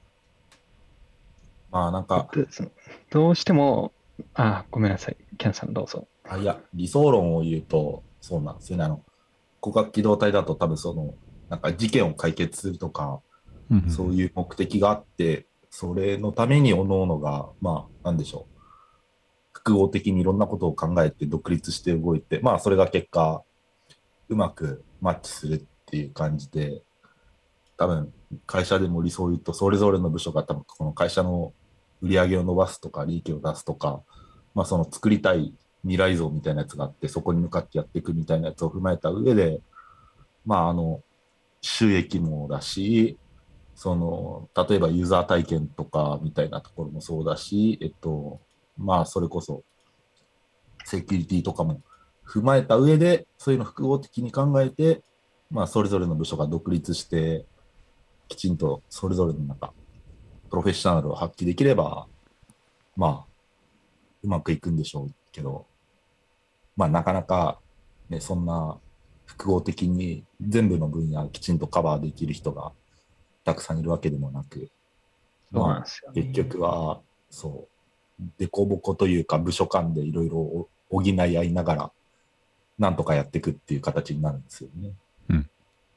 [SPEAKER 3] まあなんか、
[SPEAKER 4] どどうしても、あ、ごめんなさい。キャンさんどうぞ。
[SPEAKER 3] あいや、理想論を言うと、そうなんですよね。あの、広角機動隊だと多分その、なんか事件を解決するとか、
[SPEAKER 2] うんうん、
[SPEAKER 3] そういう目的があって、それのために各々が、まあ、なんでしょう。複合的にいろんなことを考えて独立して動いて、まあ、それが結果、うまくマッチするっていう感じで、多分、会社でも理想を言うと、それぞれの部署が多分、この会社の売り上げを伸ばすとか、利益を出すとか、まあ、その作りたい未来像みたいなやつがあって、そこに向かってやっていくみたいなやつを踏まえた上で、まあ、あの、収益もだし、その、例えばユーザー体験とかみたいなところもそうだし、えっと、まあ、それこそ、セキュリティとかも踏まえた上で、そういうの複合的に考えて、まあ、それぞれの部署が独立して、きちんとそれぞれの中、プロフェッショナルを発揮できれば、まあ、うまくいくんでしょうけど、まあ、なかなか、ね、そんな複合的に全部の分野をきちんとカバーできる人がたくさんいるわけでもなく、
[SPEAKER 4] そうなん
[SPEAKER 3] まあ
[SPEAKER 4] ですよね。
[SPEAKER 3] 結局は、そう、デコボコというか部署間でいろいろ補い合いながら、なんとかやっていくっていう形になるんですよね。
[SPEAKER 2] うん。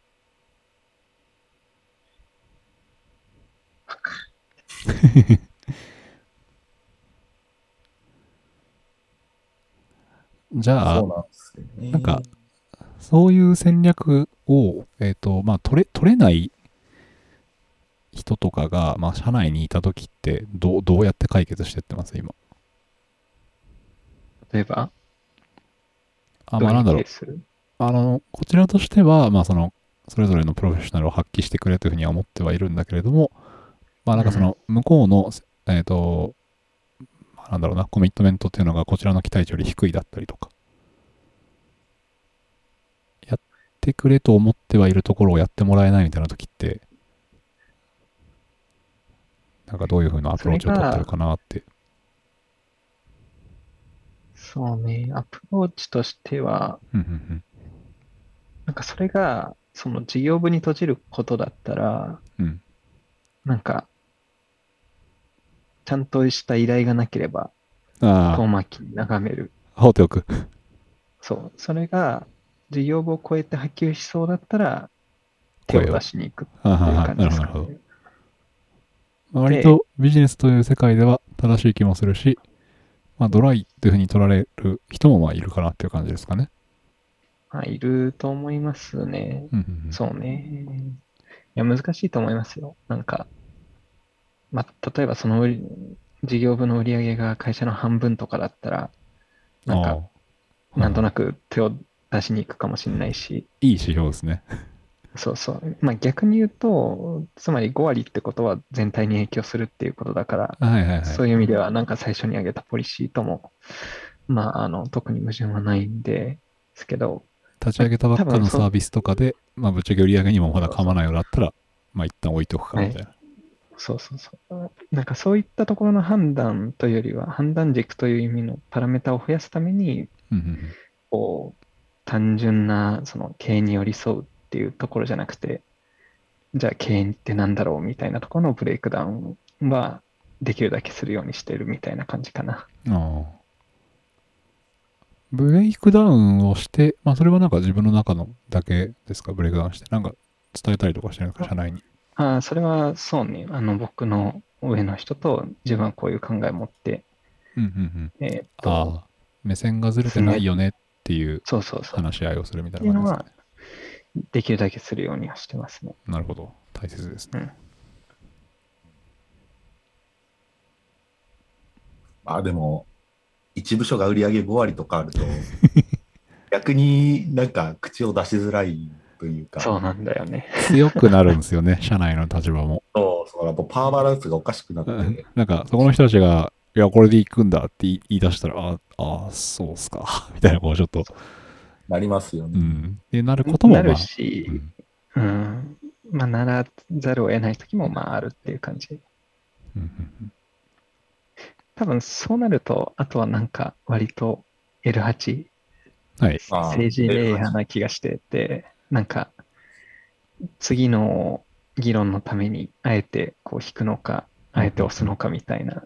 [SPEAKER 2] じゃあ
[SPEAKER 3] そう、なんですよね。
[SPEAKER 2] なんかそういう戦略を、えっと、まあ、取れ、取れない人とかが、まあ、社内にいたときって、どう、どうやって解決してってます、今。
[SPEAKER 4] 例えば、
[SPEAKER 2] あ、
[SPEAKER 4] どういう
[SPEAKER 2] まあなんだろう。
[SPEAKER 4] ケース？
[SPEAKER 2] あの、こちらとしては、まあその、それぞれのプロフェッショナルを発揮してくれというふうには思ってはいるんだけれども、まあなんかその、向こうの、えっと、まあなんだろうな、コミットメントっていうのがこちらの期待値より低いだったりとか、やってくれと思ってはいるところをやってもらえないみたいな時って、なんかどういうふうなアプローチを取ってるかなって。
[SPEAKER 4] そうね、アプローチとしては、
[SPEAKER 2] うんうん
[SPEAKER 4] なんかそれが、その事業部に閉じることだったら、
[SPEAKER 2] うん。うん。
[SPEAKER 4] なんか、ちゃんとした依頼がなければ、
[SPEAKER 2] あ
[SPEAKER 4] 遠巻きに眺める。
[SPEAKER 2] あ、放っておく。
[SPEAKER 4] そう。それが、事業部を超えて波及しそうだったら、手を出しに行くっていう感じですか
[SPEAKER 2] なるほど、なるほど。
[SPEAKER 4] ね。
[SPEAKER 2] 割とビジネスという世界では正しい気もするし、まあ、ドライっていうふうに取られる人もまあいるかなっていう感じですかね。
[SPEAKER 4] まあ、いると思いますね。
[SPEAKER 2] うんうんうん、
[SPEAKER 4] そうね。いや、難しいと思いますよ。なんか、まあ、例えばその売り事業部の売り上げが会社の半分とかだったら、なんか、なんとなく手を出しに行くかもしれないし。
[SPEAKER 2] いい指標ですね。
[SPEAKER 4] そうそう。まあ逆に言うと、つまりご割ってことは全体に影響するっていうことだから、
[SPEAKER 2] はいはいはい。
[SPEAKER 4] そういう意味ではなんか最初に挙げたポリシーともまあ、あの、特に矛盾はないんですけど、
[SPEAKER 2] 立ち上げたばっか
[SPEAKER 4] 多分そ
[SPEAKER 2] のサービスとかで、まあぶっちゃけ売り上げにもまだ構わないようだったら、まあ一旦置いとくかみたいな。
[SPEAKER 4] そうそうそう。なんかそういったところの判断というよりは、判断軸という意味のパラメータを増やすために、
[SPEAKER 2] うんうん
[SPEAKER 4] こう、単純なその経営に寄り添うっていうところじゃなくて、じゃあ経営ってなんだろうみたいなところのブレイクダウンはできるだけするようにしてるみたいな感じかな。
[SPEAKER 2] うん。ああ。ブレイクダウンをして、まあそれはなんか自分の中のだけですか、ブレイクダウンして。なんか伝えたりとかしてるんですか、社内に。
[SPEAKER 4] ああ、それはそうね。あの、僕の上の人と自分はこういう考えを持って、
[SPEAKER 2] うんうんうん。
[SPEAKER 4] えーっと、
[SPEAKER 2] ああ。目線がずれてないよねっていう
[SPEAKER 4] そうそうそう。っ
[SPEAKER 2] 話し合いをするみたい
[SPEAKER 4] ていうの
[SPEAKER 2] な感じですか
[SPEAKER 4] は、
[SPEAKER 2] ね。
[SPEAKER 4] できるだけするようにはしてますね。
[SPEAKER 2] なるほど。大切ですね。
[SPEAKER 4] うん。
[SPEAKER 3] まあでも、一部署が売り上げご割とかあると、逆になんか口を出しづらいというか、
[SPEAKER 4] そうなんだよね。
[SPEAKER 2] 強くなるんですよね、社内の立場も。
[SPEAKER 3] そう、そうやっぱパワーバランスがおかしくなっ
[SPEAKER 2] うん
[SPEAKER 3] て、
[SPEAKER 2] なんかそこの人たちが、いや、これで行くんだって言い言い出したら、ああ、そうっすか。みたいな、こうちょっと、
[SPEAKER 3] なりますよね。
[SPEAKER 2] うん。で、なることも、まあ、
[SPEAKER 4] なるし、
[SPEAKER 2] うん
[SPEAKER 4] うん。まあ、ならざるを得ない時も、まあ、あるっていう感じ。
[SPEAKER 2] うんうん
[SPEAKER 4] 多分、そうなると、あとはなんか、割と エルはち、
[SPEAKER 2] うんはい。
[SPEAKER 3] ああ
[SPEAKER 4] 政治レイヤーな気がしてて、なんか、次の議論のために、あえてこう引くのか、あえて押すのかみたいな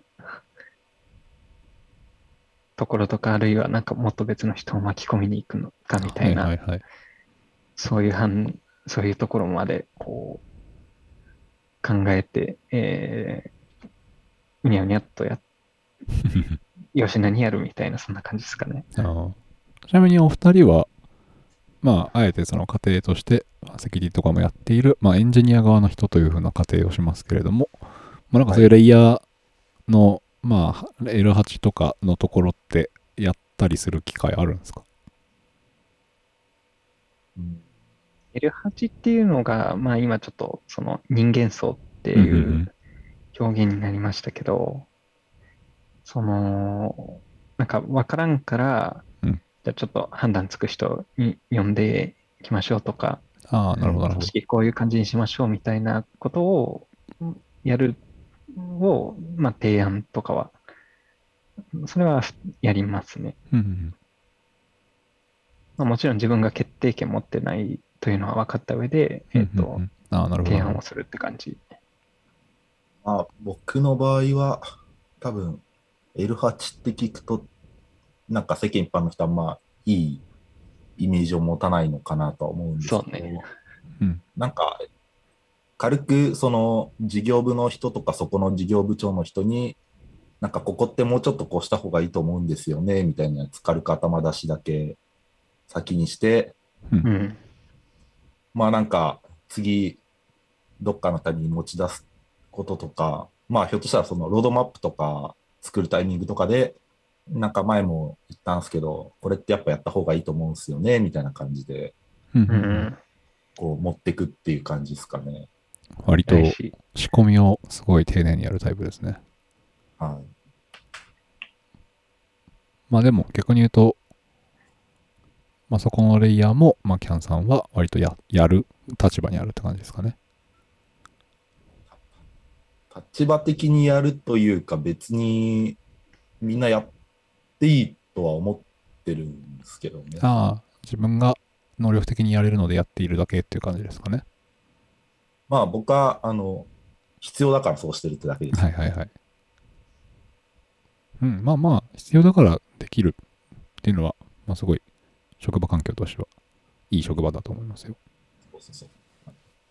[SPEAKER 4] ところとか、あるいはなんかもっと別の人を巻き込みに行くのかみたいな、
[SPEAKER 2] はいはいはい。
[SPEAKER 4] そういう反、そういうところまでこう考えて、えー、うにゃうにゃっとや、よしなにやるみたいな、そんな感じですかね。
[SPEAKER 2] あーちなみにお二人は、まあ、あえてその家庭として、まあセキュリティとかもやっている、まあ、エンジニア側の人というふうな仮定をしますけれども、まあ、なんかそういうレイヤーの、まあ、エルはち とかのところってやったりする機会あるんですか？
[SPEAKER 3] うん
[SPEAKER 4] エルはち っていうのが、まあ今ちょっとその人間層って
[SPEAKER 2] うんうんう
[SPEAKER 4] いうん表現になりましたけど、その、なんか分からんから、
[SPEAKER 2] うん
[SPEAKER 4] じゃあちょっと判断つく人に呼んでいきましょうとか、
[SPEAKER 2] ああ、なるほど、なるほど。
[SPEAKER 4] 組織こういう感じにしましょうみたいなことをうんやるを、まあ提案とかは、それはやりますね。
[SPEAKER 2] うんうん
[SPEAKER 4] まあ、もちろん自分が決定権持ってないというのは分かった上で、
[SPEAKER 2] うん
[SPEAKER 4] えっと
[SPEAKER 2] うんうんああ、なるほど。
[SPEAKER 4] 提案をするって感じ。
[SPEAKER 3] まあ、僕の場合は、多分 エルはち って聞くと、なんか世間一般の人はまあいいイメージを持たないのかなとは思うんですけど、
[SPEAKER 4] そうね
[SPEAKER 2] うん
[SPEAKER 3] なんか軽くその事業部の人とかそこの事業部長の人に、なんかここってもうちょっとこうした方がいいと思うんですよねみたいなやつ軽く頭出しだけ先にして、
[SPEAKER 4] うん。
[SPEAKER 3] まあなんか次どっかの谷に持ち出すこととか、まあひょっとしたらそのロードマップとか作るタイミングとかで、なんか前も言ったんですけど、これってやっぱやった方がいいと思うんですよねみたいな感じで
[SPEAKER 2] うんうんうん
[SPEAKER 4] うん。
[SPEAKER 3] こう持ってくっていう感じですかね。
[SPEAKER 2] 割と
[SPEAKER 4] 大事。
[SPEAKER 2] 仕込みをすごい丁寧にやるタイプですね。
[SPEAKER 3] はい。
[SPEAKER 2] まあでも逆に言うと、まあそこのレイヤーも、まあキャンさんは割とややる立場にあるって感じですかね。
[SPEAKER 3] 立場的にやるというか別にみんなやっていいとは思ってるんですけどね。
[SPEAKER 2] ああ、自分が能力的にやれるのでやっているだけっていう感じですかね。
[SPEAKER 3] まあ僕はあの必要だからそうしてるってだけです。
[SPEAKER 2] はいはいはい。うん、まあまあ、必要だからできるっていうのは、まあすごい職場環境としてはいい職場だと思いますよ。
[SPEAKER 3] そうそうそう。ま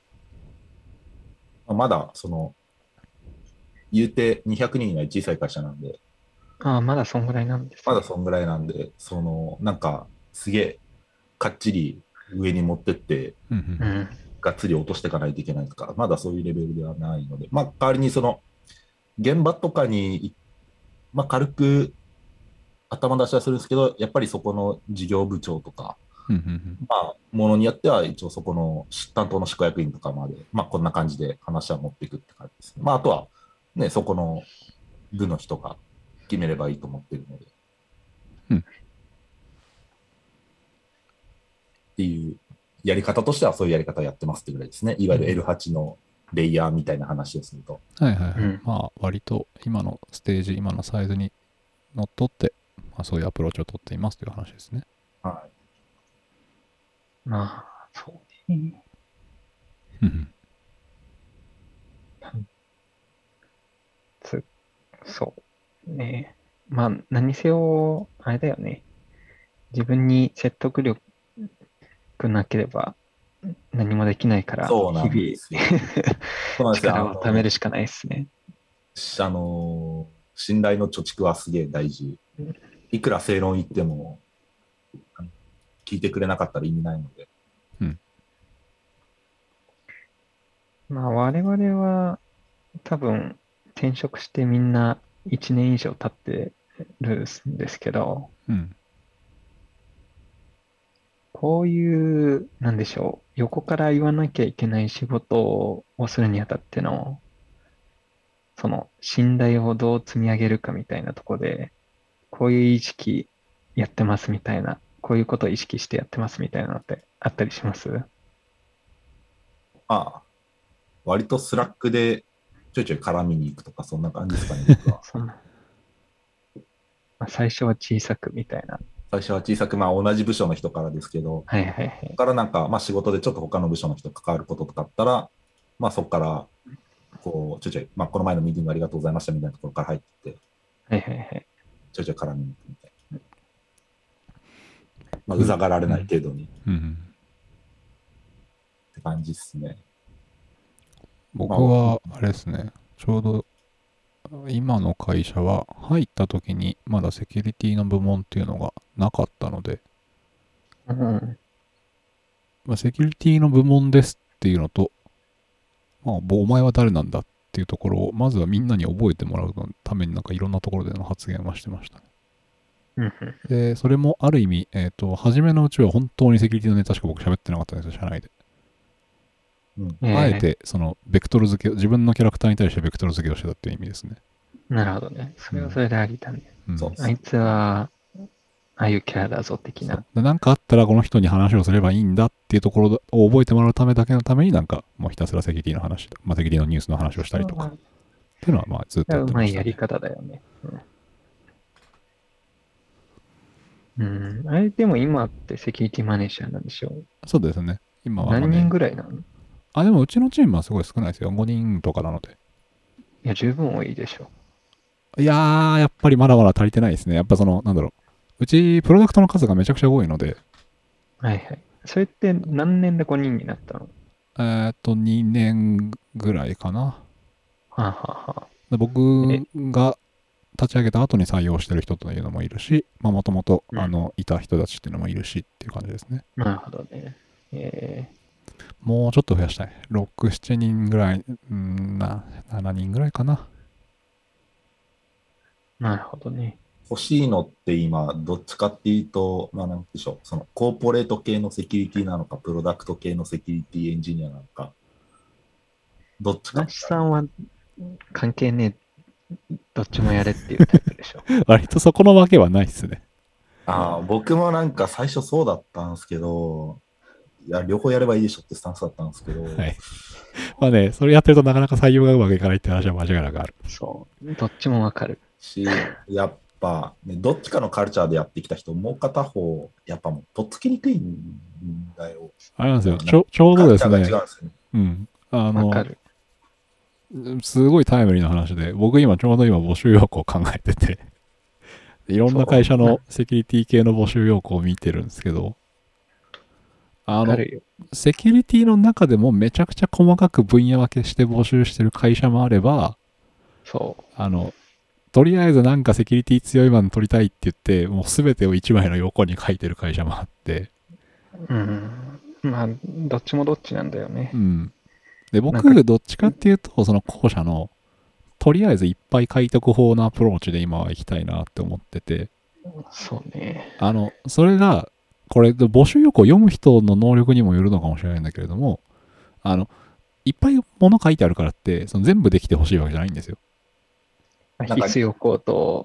[SPEAKER 3] あまだその言うてにひゃくにんいない小さい会社なんで、
[SPEAKER 4] ああ、まだそんぐらいなんですね。
[SPEAKER 3] まだそんぐらいなんで、そのなんかすげえかっちり上に持ってって
[SPEAKER 2] うんうん。
[SPEAKER 4] うん。
[SPEAKER 3] がっつり落としていかないといけないとか、まだそういうレベルではないので、まあ代わりにその現場とかに、まあ、軽く頭出しはするんですけど、やっぱりそこの事業部長とか、
[SPEAKER 2] うんうんうん
[SPEAKER 3] まあ、ものによっては一応そこの担当の執行役員とかまで、まあ、こんな感じで話は持っていくって感じですね。まあ、あとは、ね、そこの部の人が決めればいいと思ってるので。
[SPEAKER 2] うん
[SPEAKER 3] っていうやり方としてはそういうやり方をやってますってぐらいですね。いわゆる エルはち のレイヤーみたいな話をすると。
[SPEAKER 2] はいはいはい。
[SPEAKER 4] うん
[SPEAKER 2] まあ、割と今のステージ、今のサイズにのっとって、まあ、そういうアプローチを取っていますという話ですね。
[SPEAKER 3] は
[SPEAKER 4] まあ、そうね。
[SPEAKER 2] うん
[SPEAKER 4] つそうね。まあ、何せよ、あれだよね。自分に説得力なければ何もできないから、
[SPEAKER 3] そうなん
[SPEAKER 4] 日
[SPEAKER 3] ですよ。そうなんですよ。
[SPEAKER 4] 々力を貯めるしかないですね。
[SPEAKER 3] あの、信頼の貯蓄はすげえ大事。いくら正論言っても、聞いてくれなかったら意味ないので。
[SPEAKER 4] まあ、我々は多分転職してみんないちねん以上経ってるんですけど、
[SPEAKER 2] うん。
[SPEAKER 4] こういう、なんでしょう、横から言わなきゃいけない仕事をするにあたっての、その信頼をどう積み上げるかみたいなところで、こういう意識やってますみたいな、こういうことを意識してやってますみたいなのってあったりします？
[SPEAKER 3] まあ、割とスラックでちょいちょい絡みに行くとか、そんな感じですかね、僕は。
[SPEAKER 4] そんなまあ、最初は小さくみたいな。
[SPEAKER 3] 最初は小さく、まあ同じ部署の人からですけど、
[SPEAKER 4] はいはいはい
[SPEAKER 3] そこ。からなんか、まあ仕事でちょっと他の部署の人と関わることとかあったら、まあそこから、こう、ちょいちょい、まあこの前のミーティングありがとうございましたみたいなところから入ってって、
[SPEAKER 4] はいはいはい。
[SPEAKER 3] ちょいちょい絡みに行くみたいな。まあ、うざがられない程度にっ
[SPEAKER 2] うん。
[SPEAKER 3] て感じですね。
[SPEAKER 2] 僕は、あれですね、ちょうど、今の会社は入った時にまだセキュリティの部門っていうのがなかったので、
[SPEAKER 4] うん。
[SPEAKER 2] まあ、セキュリティの部門ですっていうのと、まあ、お前は誰なんだっていうところをまずはみんなに覚えてもらうためになんかいろんなところでの発言はしてましたね。
[SPEAKER 4] うん
[SPEAKER 2] で、それもある意味、えっと、初めのうちは本当にセキュリティのネタしか僕喋ってなかったんですよ、社内で。
[SPEAKER 3] うん。
[SPEAKER 4] えー
[SPEAKER 2] あえて、その、ベクトル付けを、自分のキャラクターに対してベクトル付けをしてたっていう意味ですね。
[SPEAKER 4] なるほどね。それはそれでありだね。
[SPEAKER 2] うん、
[SPEAKER 3] そう
[SPEAKER 4] あいつは、ああいうキャラだぞ的な。
[SPEAKER 2] でなんかあったらこの人に話をすればいいんだっていうところを覚えてもらうためだけのためになんかもうひたすらセキュリティの話、まあ、セキュリティのニュースの話をしたりとかっていうのはまあずっとやっ
[SPEAKER 4] う
[SPEAKER 2] てました、ね。
[SPEAKER 4] まいやり方だよね。うん。うん。あれでも今ってセキュリティマネージャーなんでしょう？
[SPEAKER 2] そうですね。今は、ね、
[SPEAKER 4] 何人ぐらいなの？
[SPEAKER 2] あ、でもうちのチームはすごい少ないですよ。ごにんとかなので。
[SPEAKER 4] いや、十分多いでしょ。
[SPEAKER 2] いやー、やっぱりまだまだ足りてないですね。やっぱその、なんだろう。うち、プロダクトの数がめちゃくちゃ多いので、
[SPEAKER 4] はいはい。それって何年でごにんになったの？
[SPEAKER 2] えーっと、にねんぐらいかな。
[SPEAKER 4] はあ、はあはあ、
[SPEAKER 2] で僕が立ち上げた後に採用してる人というのもいるし、まあもともと、あの、いた人たちっていうのもいるしっていう感じですね。
[SPEAKER 4] なるほどね。え
[SPEAKER 2] もうちょっと増やしたい。ろく、しちにんぐらい、うんな、しちにんぐらいかな。
[SPEAKER 4] ー、なるほどね。
[SPEAKER 3] 欲しいのって今、どっちかっていうと、まあなんでしょう、そのコーポレート系のセキュリティなのか、プロダクト系のセキュリティエンジニアなのか、どっちか。
[SPEAKER 4] 話さんは関係ねえ、どっちもやれっていうタイプでしょ。
[SPEAKER 2] 割とそこのわけはないっすね。
[SPEAKER 3] ああ、僕もなんか最初そうだったんですけど、いや、両方やればいいでしょってスタンスだったんですけど、
[SPEAKER 2] はい。まあね、それやってるとなかなか採用がうまくいかないって話は間違いなくある。
[SPEAKER 4] そう。どっちもわかる。
[SPEAKER 3] し、やっぱ、ね、どっちかのカルチャーでやってきた人、もう片方、やっぱもうとっつきにくいんだよ。
[SPEAKER 2] あれなんですよ。ちょ、ちょうどですね。
[SPEAKER 3] カルチャーが違うんですよね。
[SPEAKER 2] うん。あ
[SPEAKER 4] わ
[SPEAKER 2] の、
[SPEAKER 4] かる。
[SPEAKER 2] すごいタイムリーな話で、僕今ちょうど今募集要項を考えてて、いろんな会社のセキュリティ系の募集要項を見てるんですけど、あの、
[SPEAKER 4] わかるよ。
[SPEAKER 2] セキュリティの中でもめちゃくちゃ細かく分野分けして募集してる会社もあれば、
[SPEAKER 4] そ
[SPEAKER 2] あの、とりあえずなんかセキュリティ強い版取りたいって言って、もうすべてを一枚の横に書いてる会社もあって、
[SPEAKER 4] う。うん。まあ、どっちもどっちなんだよね
[SPEAKER 2] う。ん。で、
[SPEAKER 4] なんか
[SPEAKER 2] 僕、どっちかっていうと、その後者の、とりあえずいっぱい書いとく方のアプローチで今は行きたいなって思ってて、
[SPEAKER 4] そうね。
[SPEAKER 2] あの、それが、これ、募集要項を読む人の能力にもよるのかもしれないんだけれども、あの、いっぱいもの書いてあるからって、その全部できてほしいわけじゃないんですよ。
[SPEAKER 3] なんか
[SPEAKER 4] 必要項と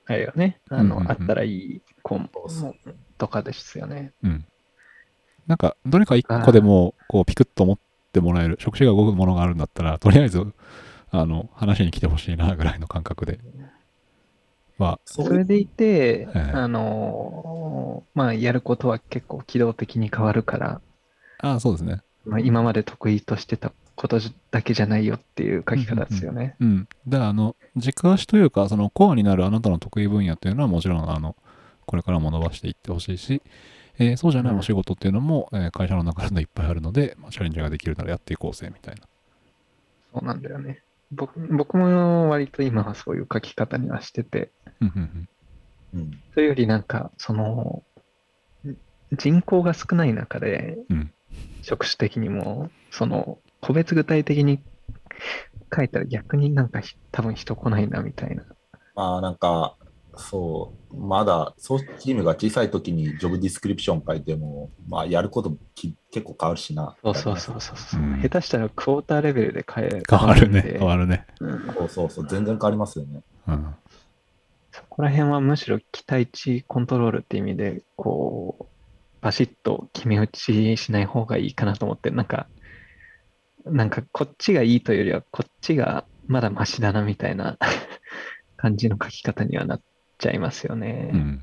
[SPEAKER 4] あれよね。あの、
[SPEAKER 2] うんうんうん
[SPEAKER 4] あったらいいコン
[SPEAKER 3] そうそう
[SPEAKER 4] とかですよね。
[SPEAKER 2] うん。なんか、どれか一個でも、こう、ピクッと持ってもらえる、触手が動くものがあるんだったら、とりあえず、あの、話に来てほしいな、ぐらいの感覚で。は、
[SPEAKER 3] そういう
[SPEAKER 4] それでいて、
[SPEAKER 2] はいはい
[SPEAKER 4] あのーまあ、やることは結構機動的に変わるから、
[SPEAKER 2] ああ、そうですね。
[SPEAKER 4] まあ、今まで得意としてたことだけじゃないよっていう書き方ですよね。
[SPEAKER 2] うん。だから、あの、軸足というか、そのコアになるあなたの得意分野っていうのはもちろん、あの、これからも伸ばしていってほしいし、えーそうじゃないお仕事っていうのも、えー会社の中でいっぱいあるので、まあ、チャレンジができるならやっていこうぜ、みたいな。
[SPEAKER 4] そうなんだよね。僕僕も割と今はそういう書き方にはしてて、
[SPEAKER 2] うんうん
[SPEAKER 3] うん。
[SPEAKER 4] それよりなんか、その、人口が少ない中で、
[SPEAKER 2] うん。うん。
[SPEAKER 4] 職種的にも、その、個別具体的に書いたら逆になんかひ多分人来ないなみたいな。
[SPEAKER 3] まあなんか、そう、まだ、そうチームが小さい時にジョブディスクリプション書いても、まあやることもき結構変わるしな。
[SPEAKER 4] そうそうそうそうそう、
[SPEAKER 2] うん
[SPEAKER 4] 下手したらクォーターレベルで変え
[SPEAKER 2] 変わるね。
[SPEAKER 4] 変わるんで
[SPEAKER 2] 変わるね。
[SPEAKER 4] うん
[SPEAKER 3] そうそうそう、全然変わりますよね。
[SPEAKER 2] うん。
[SPEAKER 4] そこら辺はむしろ期待値コントロールって意味で、こう、バシッと決め打ちしない方がいいかなと思って、なんか、なんかこっちがいいというよりは、こっちがまだマシだなみたいな感じの書き方にはなっちゃいますよね。
[SPEAKER 2] うん。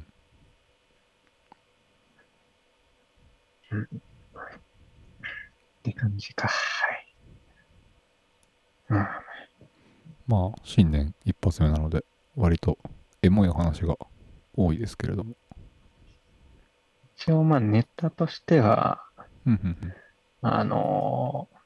[SPEAKER 4] うんって感じか。はい。うん、
[SPEAKER 2] まあ、新年一発目なので、割とエモいお話が多いですけれども。
[SPEAKER 4] 一応、まあ、ネタとしては、
[SPEAKER 2] うんうん
[SPEAKER 4] あのー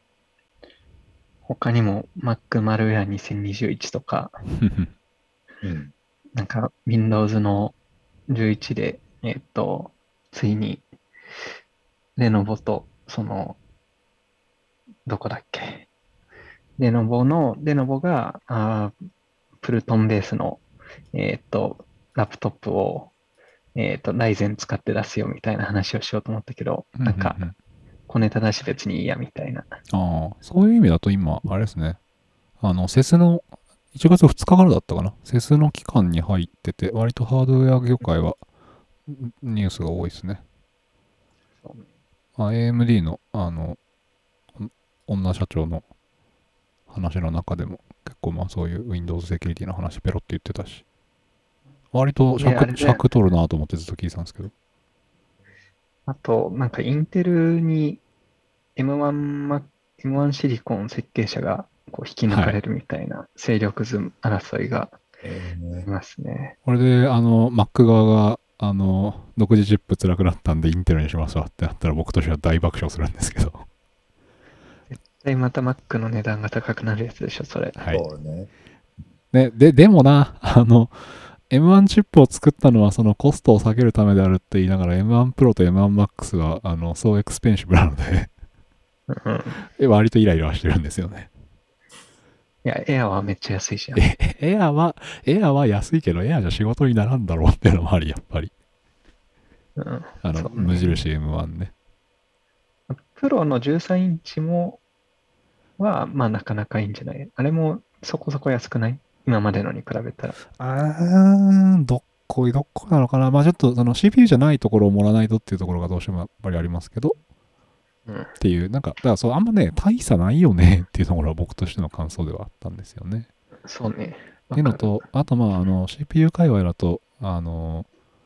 [SPEAKER 4] 他にも Mac マルウェアにせんにじゅういちとか、
[SPEAKER 2] うん
[SPEAKER 3] うん。
[SPEAKER 4] なんか Windows のじゅういちで、えっと、ついに、レノボと、その、どこだっけ。レノボの、レノボが、あープルトンベースの、えっと、ラップトップを、えっと、ライゼン使って出すよみたいな話をしようと思ったけど、
[SPEAKER 2] うん
[SPEAKER 4] なんか
[SPEAKER 2] うんうん、
[SPEAKER 4] 小ネタだし別にいいやみたいな。
[SPEAKER 2] ああ、そういう意味だと今、あれですね。あの、セスの、いちがつふつかからだったかな。セスの期間に入ってて、割とハードウェア業界はニュースが多いですね。まあ、エーエムディー の、あの、女社長の話の中でも、結構まあそういう Windows セキュリティの話ペロって言ってたし、割と
[SPEAKER 4] であれ
[SPEAKER 2] 尺、
[SPEAKER 4] だよ
[SPEAKER 2] 尺取るなと思ってずっと聞いてたんですけど。
[SPEAKER 4] あと、なんかインテルに エムワン マ エムワン シリコン設計者がこう引き抜かれるみたいな勢力図争いが
[SPEAKER 3] え
[SPEAKER 4] ありますね。
[SPEAKER 2] これで、あの、Mac 側が、あの、独自チップ辛くなったんでインテルにしますわってなったら僕としては大爆笑するんですけど。
[SPEAKER 4] で、また Mac の値段が高くなるやつでしょ、それ。
[SPEAKER 2] はい。
[SPEAKER 3] そうね。
[SPEAKER 2] で、で、でもな、あの、エムワン チップを作ったのはそのコストを下げるためであるって言いながら エムワン Pro と エムワン Max はあのそうエクスペンシブなので
[SPEAKER 4] うん、
[SPEAKER 2] 割とイライラはしてるんですよね。
[SPEAKER 4] いや、エアはめっちゃ安いじゃん。
[SPEAKER 2] えエアは、エアは安いけどエアじゃ仕事にならんだろうっていうのもあり、やっぱり。
[SPEAKER 4] うん、
[SPEAKER 2] あの、
[SPEAKER 4] そうね
[SPEAKER 2] 無印 エムワン ね。
[SPEAKER 4] プロのじゅうさんインチも、は、まあなかなかいいんじゃないあれもそこそこ安くない今までのに比べたら。
[SPEAKER 2] あー、どっこい、どっこいなのかな。まあちょっとその シーピーユー じゃないところを盛らないとっていうところがどうしてもやっぱりありますけど、
[SPEAKER 4] うん、
[SPEAKER 2] っていう、なんか、だからそう、あんまね、大差ないよねっていうところは僕としての感想ではあったんですよね。
[SPEAKER 4] そうね。
[SPEAKER 2] っていうのと、あとまあ、あの、シーピーユー 界隈だと、あの、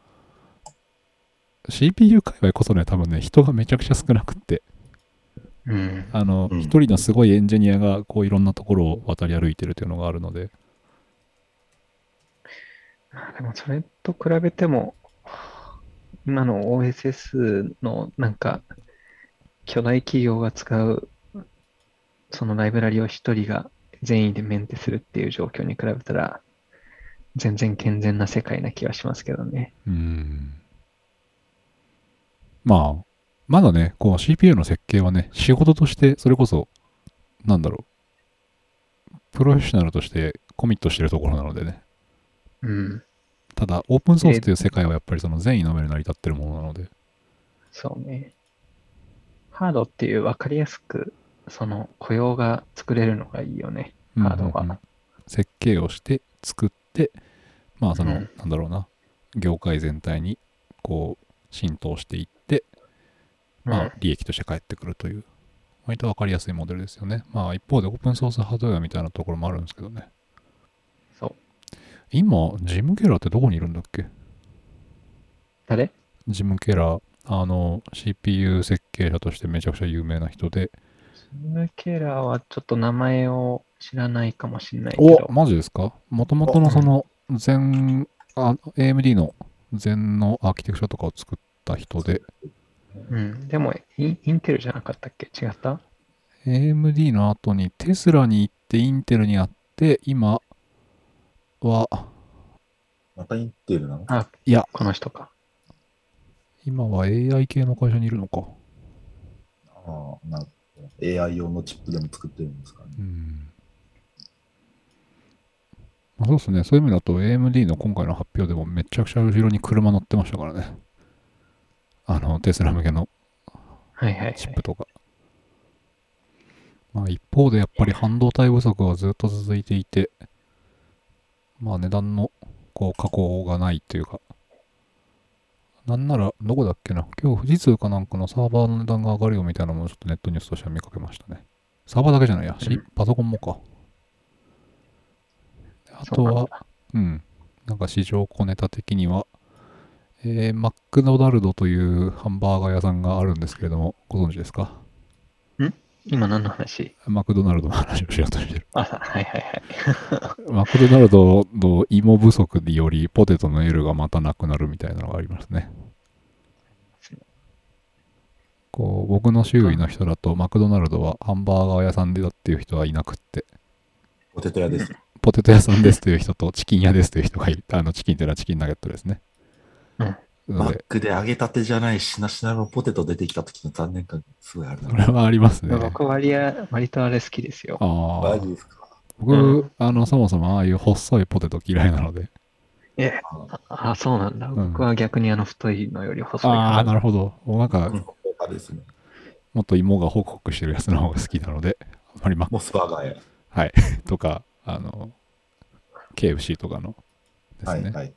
[SPEAKER 2] シーピーユー 界隈こそね、多分ね、人がめちゃくちゃ少なくって、
[SPEAKER 4] うん、
[SPEAKER 2] あの、
[SPEAKER 3] うん
[SPEAKER 2] 一人のすごいエンジニアが、こう、いろんなところを渡り歩いてるっていうのがあるので、
[SPEAKER 4] でもそれと比べても、今の オーエスエス のなんか、巨大企業が使う、そのライブラリを一人が善意でメンテするっていう状況に比べたら、全然健全な世界な気がしますけどね。
[SPEAKER 2] うーん。まあ、まだね、こう シーピーユー の設計はね、仕事として、それこそ、なんだろう、プロフェッショナルとしてコミットしてるところなのでね。
[SPEAKER 4] うん。
[SPEAKER 2] ただ、オープンソースという世界はやっぱりその善意の上で成り立ってるものなので。
[SPEAKER 4] そうね。ハードっていう分かりやすく、その雇用が作れるのがいいよね。ハード
[SPEAKER 2] うんうんうん
[SPEAKER 4] は。
[SPEAKER 2] 設計をして、作って、 まあその、
[SPEAKER 4] うん
[SPEAKER 2] なんだろうな、業界全体にこう浸透していって、まあ利益として返ってくるという、割とわかりやすいモデルですよね。まあ一方でオープンソースハードウェアみたいなところもあるんですけどね。
[SPEAKER 4] そう。
[SPEAKER 2] 今、ジム・ケラーってどこにいるんだっけ？
[SPEAKER 4] 誰？
[SPEAKER 2] ジム・ケラー、あの シーピーユー 設計者としてめちゃくちゃ有名な人で。
[SPEAKER 4] ジム・ケラーはちょっと名前を知らないかもしれないけど。
[SPEAKER 2] お、マジですか？もともとのその全、あ エーエムディー の全のアーキテクチャとかを作った人で。
[SPEAKER 4] うん。でもイ、インテルじゃなかったっけ？違った？
[SPEAKER 2] エーエムディー の後にテスラに行ってインテルにあって、今は、
[SPEAKER 3] またインテルなの？
[SPEAKER 4] あ、
[SPEAKER 2] いや、
[SPEAKER 4] この人か。
[SPEAKER 2] 今は エーアイ 系の会社にいるのか。
[SPEAKER 3] ああ、なるほど。エーアイ 用のチップでも作ってるんですかね。
[SPEAKER 2] うん。まあ、そうですね。そういう意味だと エーエムディー の今回の発表でもめちゃくちゃ後ろに車乗ってましたからね。あの、テスラ向けの
[SPEAKER 4] はいはい、はい。
[SPEAKER 2] チップとか。まあ一方でやっぱり半導体不足はずっと続いていて、まあ値段のこう下降がないというか、なんならどこだっけな、今日富士通かなんかのサーバーの値段が上がるよみたいなのもちょっとネットニュースとしては見かけましたね。サーバーだけじゃないや、しパソコンもか。あとは、うん、なんか市場小ネタ的には、えー、マクドナルドというハンバーガー屋さんがあるんですけれども、ご存知ですか？
[SPEAKER 4] ん今何の話？
[SPEAKER 2] マクドナルドの話をしようとしてる。
[SPEAKER 4] あ、はいはいはい。
[SPEAKER 2] マクドナルドの芋不足によりポテトの L がまたなくなるみたいなのがありますね。こう僕の周囲の人だとマクドナルドはハンバーガー屋さんでだっていう人はいなくって、
[SPEAKER 3] ポテト屋です。
[SPEAKER 2] ポテト屋さんですという人とチキン屋ですという人がいる。あのチキンっていうのはチキンナゲットですね。
[SPEAKER 4] うん
[SPEAKER 3] マックで揚げたてじゃないしなしなのポテト出てきた時の残念感がすごいあるな。
[SPEAKER 2] これはありますね。
[SPEAKER 4] 僕割合、割とあれ好きですよ。
[SPEAKER 2] ああ
[SPEAKER 3] マジですか？
[SPEAKER 2] 僕、
[SPEAKER 4] うん、
[SPEAKER 2] あのそもそもああいう細いポテト嫌いなので。
[SPEAKER 4] え、あ、あそうなんだ。
[SPEAKER 2] うん
[SPEAKER 4] 僕は逆にあの太いのより細い
[SPEAKER 2] ああな
[SPEAKER 4] る
[SPEAKER 2] るほど。なんか、
[SPEAKER 3] うん、他ですね。
[SPEAKER 2] もっと芋がホクホクしてるやつの方が好きなので、あまりマック
[SPEAKER 3] モスバーガーや。
[SPEAKER 2] はいとかあの ケーエフシー とかのですね。
[SPEAKER 3] はいはい。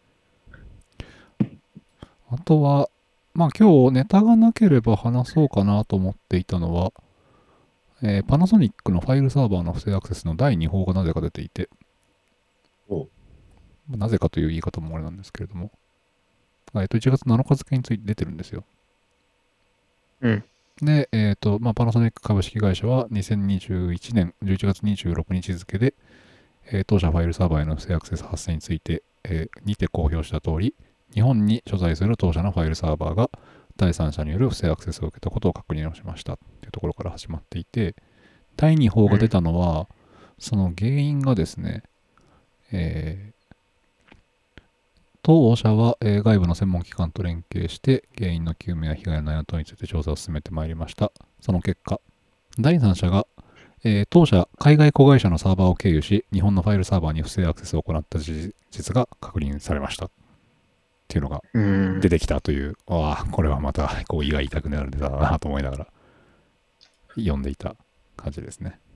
[SPEAKER 2] あとは、まあ今日ネタがなければ話そうかなと思っていたのは、えーパナソニックのファイルサーバーの不正アクセスのだいに報がなぜか出ていて、
[SPEAKER 3] お
[SPEAKER 2] なぜかという言い方もあれなんですけれども、えっといちがつなのか付について出てるんですよ。
[SPEAKER 4] うん。
[SPEAKER 2] で、えっと、まあパナソニック株式会社はにせんにじゅういちねんじゅういちがつにじゅうろくにち付で、えー当社ファイルサーバーへの不正アクセス発生について、えーにて公表した通り、日本に所在する当社のファイルサーバーが第三者による不正アクセスを受けたことを確認をしましたというところから始まっていて、だいに報が出たのは、うん、その原因がですね、えー、当社は、えー、外部の専門機関と連携して原因の究明や被害の内容について調査を進めてまいりました。その結果、第三者がえー、当社、海外子会社のサーバーを経由し、日本のファイルサーバーに不正アクセスを行った事実が確認されました。っていうのが出てきたという、うん、ああ、これはまたこう胃が痛くなるんだなと思いながら読んでいた感じですね。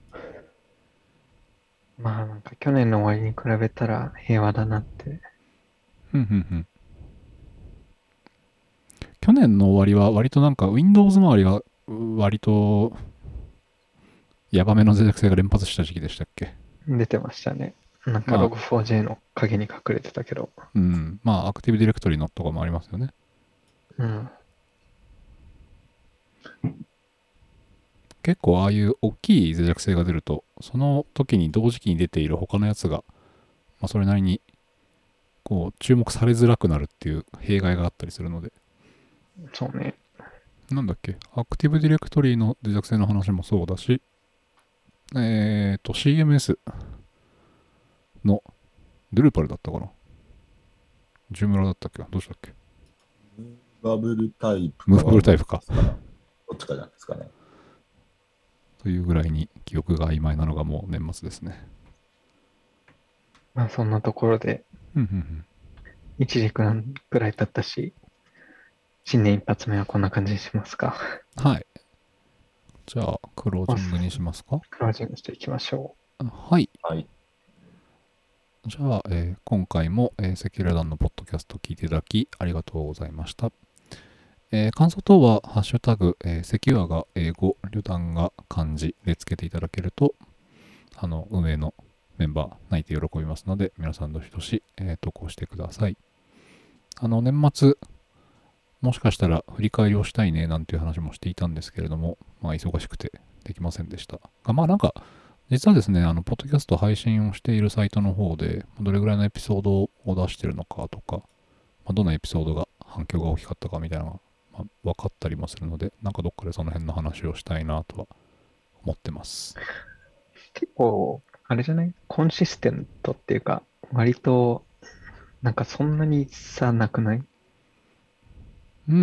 [SPEAKER 4] まあなんか去年の終わりに比べたら平和だなって。
[SPEAKER 2] ふんふんふん。去年の終わりは割となんか Windows 周りが割とヤバめの脆弱性が連発した時期でしたっけ？
[SPEAKER 4] 出てましたね。なんか ログフォージェー の影に隠れてたけど。
[SPEAKER 2] うん。まあ、アクティブディレクトリのとかもありますよね。
[SPEAKER 4] うん。
[SPEAKER 2] 結構ああいう大きい脆弱性が出ると、その時に同時期に出ている他のやつが、まあ、それなりにこう注目されづらくなるっていう弊害があったりするので。
[SPEAKER 4] そうね。
[SPEAKER 2] なんだっけ？アクティブディレクトリの脆弱性の話もそうだし、えっと シーエムエス のドゥルーパルだったかな、ジュムラだったっけ、どうしたっけ、
[SPEAKER 3] ムーバブルタイプ
[SPEAKER 2] ムーバブルタイプか、
[SPEAKER 3] どっちかじゃないですかね。
[SPEAKER 2] というぐらいに記憶が曖昧なのがもう年末ですね。
[SPEAKER 4] まあそんなところで
[SPEAKER 2] うんうんうん
[SPEAKER 4] 一時間くらい経ったし、新年一発目はこんな感じにしますか。
[SPEAKER 2] はい。じゃあクロージングにしますか。
[SPEAKER 4] クロージングしていきましょ
[SPEAKER 2] う。はい。
[SPEAKER 3] はい。
[SPEAKER 2] じゃあ、えー今回も、えーセキュラ団のポッドキャスト聞いていただきありがとうございました。えー感想等は、ハッシュタグ、えーセキュアが英語、旅団が漢字でつけていただけると、あの、運営のメンバー、泣いて喜びますので、皆さんどしどし、えー投稿してください。あの、年末、もしかしたら振り返りをしたいね、なんていう話もしていたんですけれども、まあ、忙しくてできませんでした。が、まあ、なんか、実はですね、あの、ポッドキャスト配信をしているサイトの方で、どれぐらいのエピソードを出してるのかとか、まあ、どのエピソードが反響が大きかったかみたいなのが、まあ、分かったりもするので、なんかどっかでその辺の話をしたいなとは思ってます。
[SPEAKER 4] 結構、あれじゃないコンシステントっていうか、割と、なんかそんなに差なくない？
[SPEAKER 2] うん、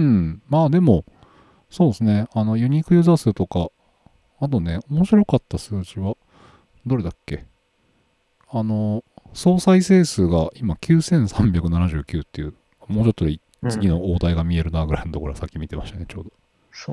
[SPEAKER 2] まあでも、そうですね、あの、ユニークユーザー数とか、あとね、面白かった数字は、どれだっけ？あの、総再生数が今きゅうせんさんびゃくななじゅうきゅうっていう、もうちょっとで次の大台が見えるなぐらいのところはさっき見てましたね、ちょうど。
[SPEAKER 4] そう。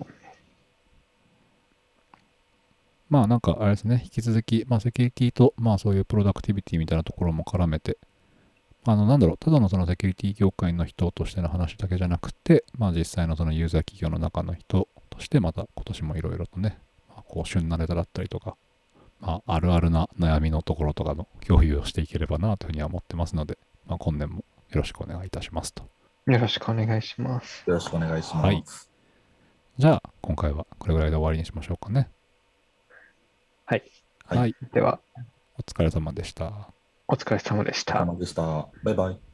[SPEAKER 2] まあなんかあれですね、引き続き、まあセキュリティと、まあそういうプロダクティビティみたいなところも絡めて、あのなんだろう、ただのそのセキュリティ業界の人としての話だけじゃなくて、まあ実際のそのユーザー企業の中の人としてまた今年もいろいろとね、まあ、こう旬なネタだったりとか、まああるあるな悩みのところとかの共有をしていければなというふうには思ってますので、まあ今年もよろしくお願いいたしますと。
[SPEAKER 4] よろしくお願いします。
[SPEAKER 3] よろしくお願いします。
[SPEAKER 2] はいじゃあ今回はこれぐらいで終わりにしましょうかね。
[SPEAKER 4] はい。
[SPEAKER 3] はい
[SPEAKER 2] はい。
[SPEAKER 4] では、
[SPEAKER 2] お疲れ様でした。
[SPEAKER 4] お疲れ様でした。
[SPEAKER 3] お疲れ様でした。バイバイ。